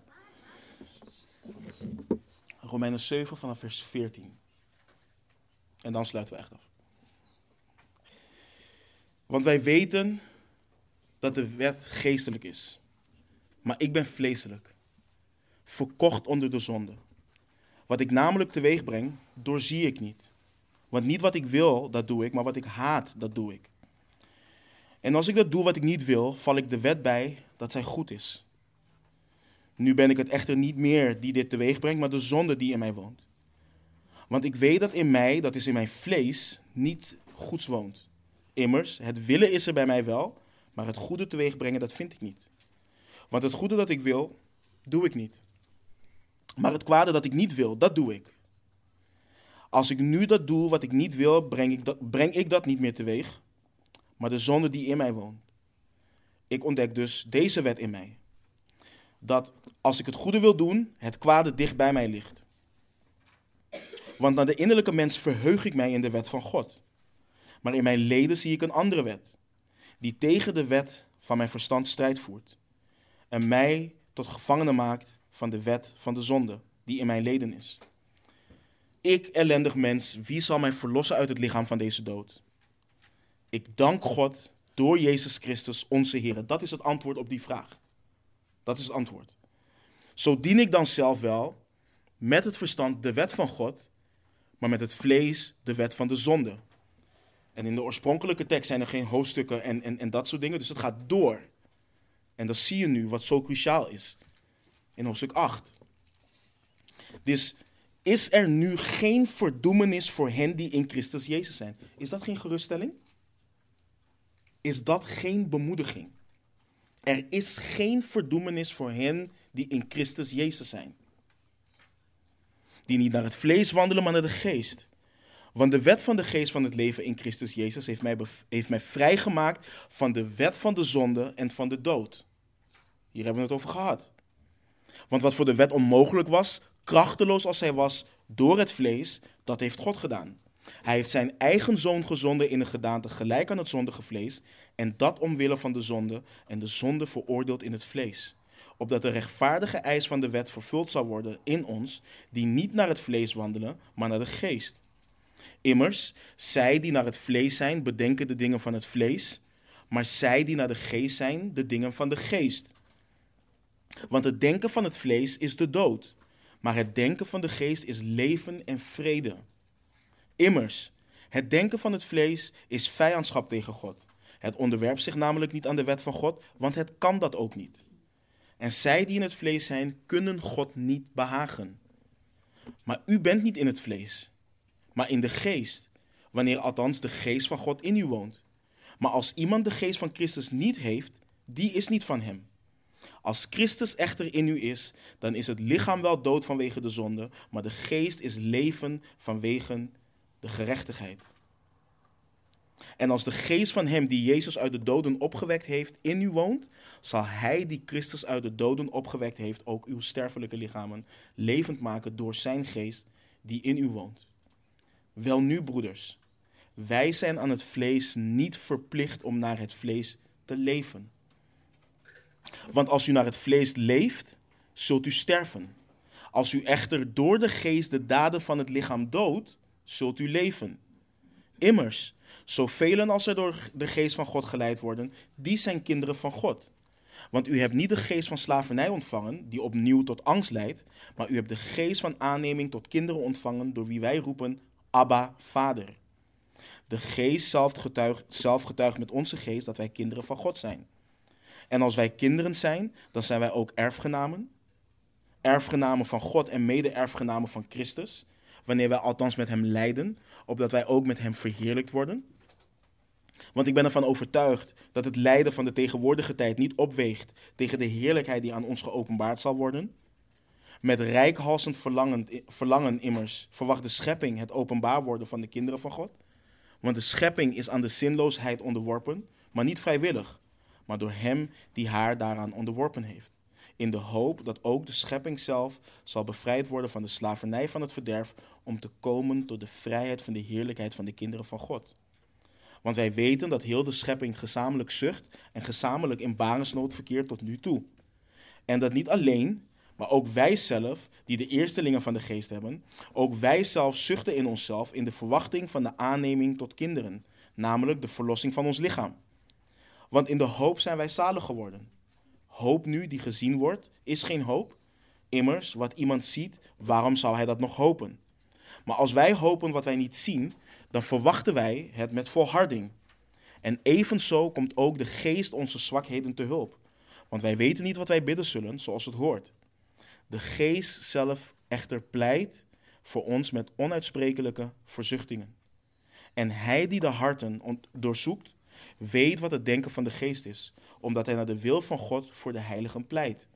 Romeinen zeven vanaf vers veertien. En dan sluiten we echt af. Want wij weten dat de wet geestelijk is. Maar ik ben vleeselijk. Verkocht onder de zonde. Wat ik namelijk teweeg breng, doorzie ik niet. Want niet wat ik wil, dat doe ik, maar wat ik haat, dat doe ik. En als ik dat doe wat ik niet wil, val ik de wet bij dat zij goed is. Nu ben ik het echter niet meer die dit teweeg brengt, maar de zonde die in mij woont. Want ik weet dat in mij, dat is in mijn vlees, niet goeds woont. Immers, het willen is er bij mij wel, maar het goede teweeg brengen, dat vind ik niet. Want het goede dat ik wil, doe ik niet. Maar het kwade dat ik niet wil, dat doe ik. Als ik nu dat doe wat ik niet wil, breng ik dat, breng ik dat niet meer teweeg, maar de zonde die in mij woont. Ik ontdek dus deze wet in mij. Dat als ik het goede wil doen, het kwade dicht bij mij ligt. Want naar de innerlijke mens verheug ik mij in de wet van God. Maar in mijn leden zie ik een andere wet, die tegen de wet van mijn verstand strijd voert. En mij tot gevangene maakt van de wet van de zonde, die in mijn leden is. Ik, ellendig mens, wie zal mij verlossen uit het lichaam van deze dood? Ik dank God door Jezus Christus, onze Heer. Dat is het antwoord op die vraag. Dat is het antwoord. Zo dien ik dan zelf wel met het verstand de wet van God, maar met het vlees de wet van de zonde. En in de oorspronkelijke tekst zijn er geen hoofdstukken en, en, en dat soort dingen, dus het gaat door. En dat zie je nu, wat zo cruciaal is. In hoofdstuk acht. Dus is er nu geen verdoemenis voor hen die in Christus Jezus zijn? Is dat geen geruststelling? Is dat geen bemoediging? Er is geen verdoemenis voor hen die in Christus Jezus zijn. Die niet naar het vlees wandelen, maar naar de geest. Want de wet van de geest van het leven in Christus Jezus heeft mij, bev- heeft mij vrijgemaakt van de wet van de zonde en van de dood. Hier hebben we het over gehad. Want wat voor de wet onmogelijk was, krachteloos als hij was door het vlees, dat heeft God gedaan. Hij heeft zijn eigen zoon gezonden in een gedaante gelijk aan het zondige vlees, en dat omwille van de zonde, en de zonde veroordeeld in het vlees. Opdat de rechtvaardige eis van de wet vervuld zal worden in ons, die niet naar het vlees wandelen, maar naar de geest. Immers, zij die naar het vlees zijn, bedenken de dingen van het vlees, maar zij die naar de geest zijn, de dingen van de geest. Want het denken van het vlees is de dood, maar het denken van de geest is leven en vrede. Immers, het denken van het vlees is vijandschap tegen God. Het onderwerpt zich namelijk niet aan de wet van God, want het kan dat ook niet. En zij die in het vlees zijn, kunnen God niet behagen. Maar u bent niet in het vlees, maar in de geest, wanneer althans de geest van God in u woont. Maar als iemand de geest van Christus niet heeft, die is niet van hem. Als Christus echter in u is, dan is het lichaam wel dood vanwege de zonde, maar de geest is leven vanwege de gerechtigheid. En als de geest van hem die Jezus uit de doden opgewekt heeft in u woont, zal hij die Christus uit de doden opgewekt heeft ook uw sterfelijke lichamen levend maken door zijn geest die in u woont. Welnu, broeders, wij zijn aan het vlees niet verplicht om naar het vlees te leven. Want als u naar het vlees leeft, zult u sterven. Als u echter door de geest de daden van het lichaam doodt, zult u leven. Immers, zoveel als er door de geest van God geleid worden, die zijn kinderen van God. Want u hebt niet de geest van slavernij ontvangen, die opnieuw tot angst leidt, maar u hebt de geest van aanneming tot kinderen ontvangen, door wie wij roepen, Abba, Vader. De geest zelf getuigt, zelf getuigt met onze geest dat wij kinderen van God zijn. En als wij kinderen zijn, dan zijn wij ook erfgenamen. Erfgenamen van God en mede-erfgenamen van Christus, wanneer wij althans met hem lijden, opdat wij ook met hem verheerlijkt worden. Want ik ben ervan overtuigd dat het lijden van de tegenwoordige tijd niet opweegt tegen de heerlijkheid die aan ons geopenbaard zal worden. Met reikhalzend verlangen, verlangen immers verwacht de schepping het openbaar worden van de kinderen van God. Want de schepping is aan de zinloosheid onderworpen, maar niet vrijwillig, maar door hem die haar daaraan onderworpen heeft. In de hoop dat ook de schepping zelf zal bevrijd worden van de slavernij van het verderf, om te komen tot de vrijheid van de heerlijkheid van de kinderen van God. Want wij weten dat heel de schepping gezamenlijk zucht en gezamenlijk in barensnood verkeert tot nu toe. En dat niet alleen, maar ook wij zelf, die de eerstelingen van de geest hebben, ook wij zelf zuchten in onszelf in de verwachting van de aanneming tot kinderen, namelijk de verlossing van ons lichaam. Want in de hoop zijn wij zalig geworden. Hoop nu die gezien wordt, is geen hoop. Immers, wat iemand ziet, waarom zou hij dat nog hopen? Maar als wij hopen wat wij niet zien, dan verwachten wij het met volharding. En evenzo komt ook de geest onze zwakheden te hulp. Want wij weten niet wat wij bidden zullen, zoals het hoort. De geest zelf echter pleit voor ons met onuitsprekelijke verzuchtingen. En hij die de harten doorzoekt, weet wat het denken van de geest is, omdat hij naar de wil van God voor de heiligen pleit.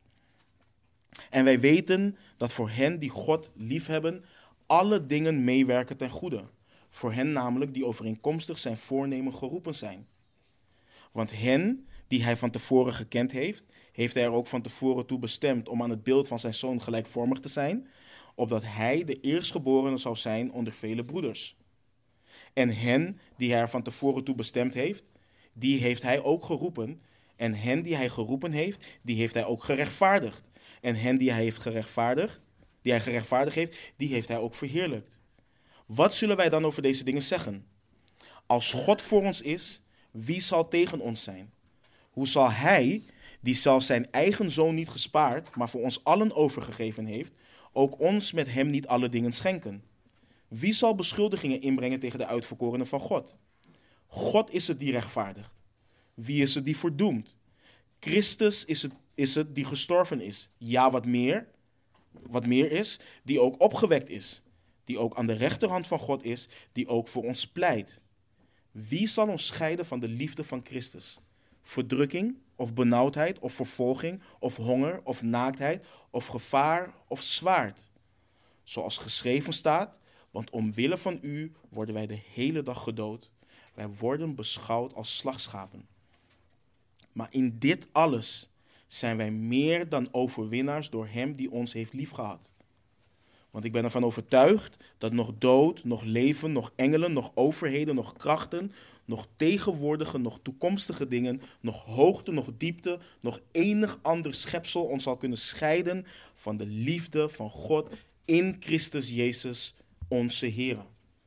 En wij weten dat voor hen die God liefhebben, alle dingen meewerken ten goede. Voor hen namelijk die overeenkomstig zijn voornemen geroepen zijn. Want hen die hij van tevoren gekend heeft, heeft hij er ook van tevoren toe bestemd om aan het beeld van zijn zoon gelijkvormig te zijn, opdat hij de eerstgeborene zou zijn onder vele broeders. En hen die hij er van tevoren toe bestemd heeft, die heeft hij ook geroepen. En hen die hij geroepen heeft, die heeft hij ook gerechtvaardigd. En hen die hij heeft gerechtvaardigd, die hij gerechtvaardigd heeft, die heeft hij ook verheerlijkt. Wat zullen wij dan over deze dingen zeggen? Als God voor ons is, wie zal tegen ons zijn? Hoe zal hij, die zelfs zijn eigen zoon niet gespaard, maar voor ons allen overgegeven heeft, ook ons met hem niet alle dingen schenken? Wie zal beschuldigingen inbrengen tegen de uitverkorenen van God? God is het die rechtvaardigt. Wie is het die verdoemt? Christus is het, is het die gestorven is. Ja, wat meer, wat meer is, die ook opgewekt is. Die ook aan de rechterhand van God is, die ook voor ons pleit. Wie zal ons scheiden van de liefde van Christus? Verdrukking, of benauwdheid, of vervolging, of honger, of naaktheid, of gevaar, of zwaard. Zoals geschreven staat, want omwille van u worden wij de hele dag gedood. Wij worden beschouwd als slachtschapen. Maar in dit alles zijn wij meer dan overwinnaars door hem die ons heeft liefgehad. Want ik ben ervan overtuigd dat nog dood, nog leven, nog engelen, nog overheden, nog krachten, nog tegenwoordige, nog toekomstige dingen, nog hoogte, nog diepte, nog enig ander schepsel ons zal kunnen scheiden van de liefde van God in Christus Jezus, onze Heer.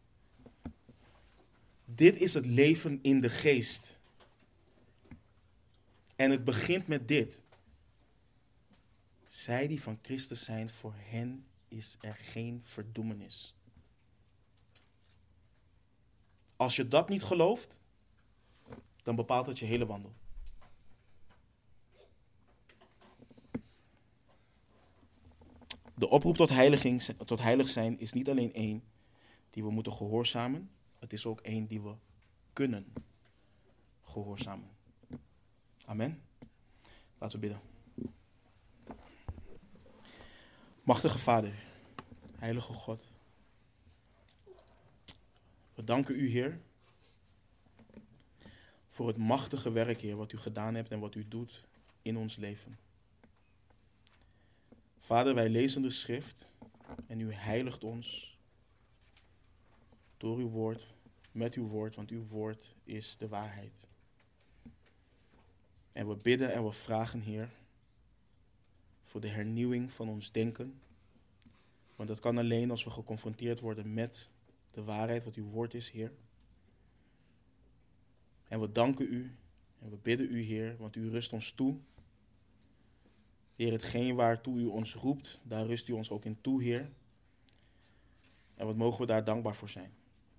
Dit is het leven in de geest. En het begint met dit. Zij die van Christus zijn, voor hen is er geen verdoemenis. Als je dat niet gelooft, dan bepaalt het je hele wandel. De oproep tot, heiliging, tot heilig zijn is niet alleen één die we moeten gehoorzamen, het is ook één die we kunnen gehoorzamen. Amen. Laten we bidden. Machtige Vader, heilige God, we danken u, Heer, voor het machtige werk, Heer, wat u gedaan hebt en wat u doet in ons leven. Vader, wij lezen de schrift en u heiligt ons door uw woord, met uw woord, want uw woord is de waarheid. En we bidden en we vragen, Heer, voor de hernieuwing van ons denken. Want dat kan alleen als we geconfronteerd worden met de waarheid, wat uw woord is, Heer. En we danken u en we bidden u, Heer, want u rust ons toe. Heer, hetgeen waartoe u ons roept, daar rust u ons ook in toe, Heer. En wat mogen we daar dankbaar voor zijn.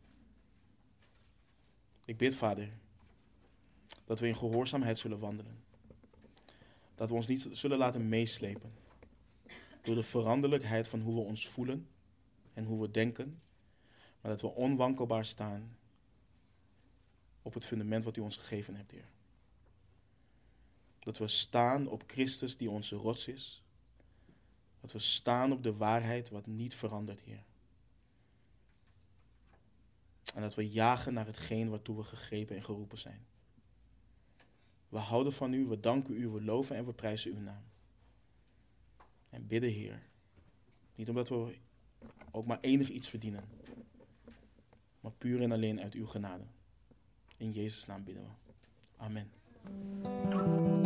Ik bid, Vader, dat we in gehoorzaamheid zullen wandelen. Dat we ons niet zullen laten meeslepen door de veranderlijkheid van hoe we ons voelen en hoe we denken, maar dat we onwankelbaar staan op het fundament wat u ons gegeven hebt, Heer. Dat we staan op Christus die onze rots is. Dat we staan op de waarheid wat niet verandert, Heer. En dat we jagen naar hetgeen waartoe we gegrepen en geroepen zijn. We houden van u, we danken u, we loven en we prijzen uw naam. En bidden, Heer. Niet omdat we ook maar enig iets verdienen. Maar puur en alleen uit uw genade. In Jezus' naam bidden we. Amen.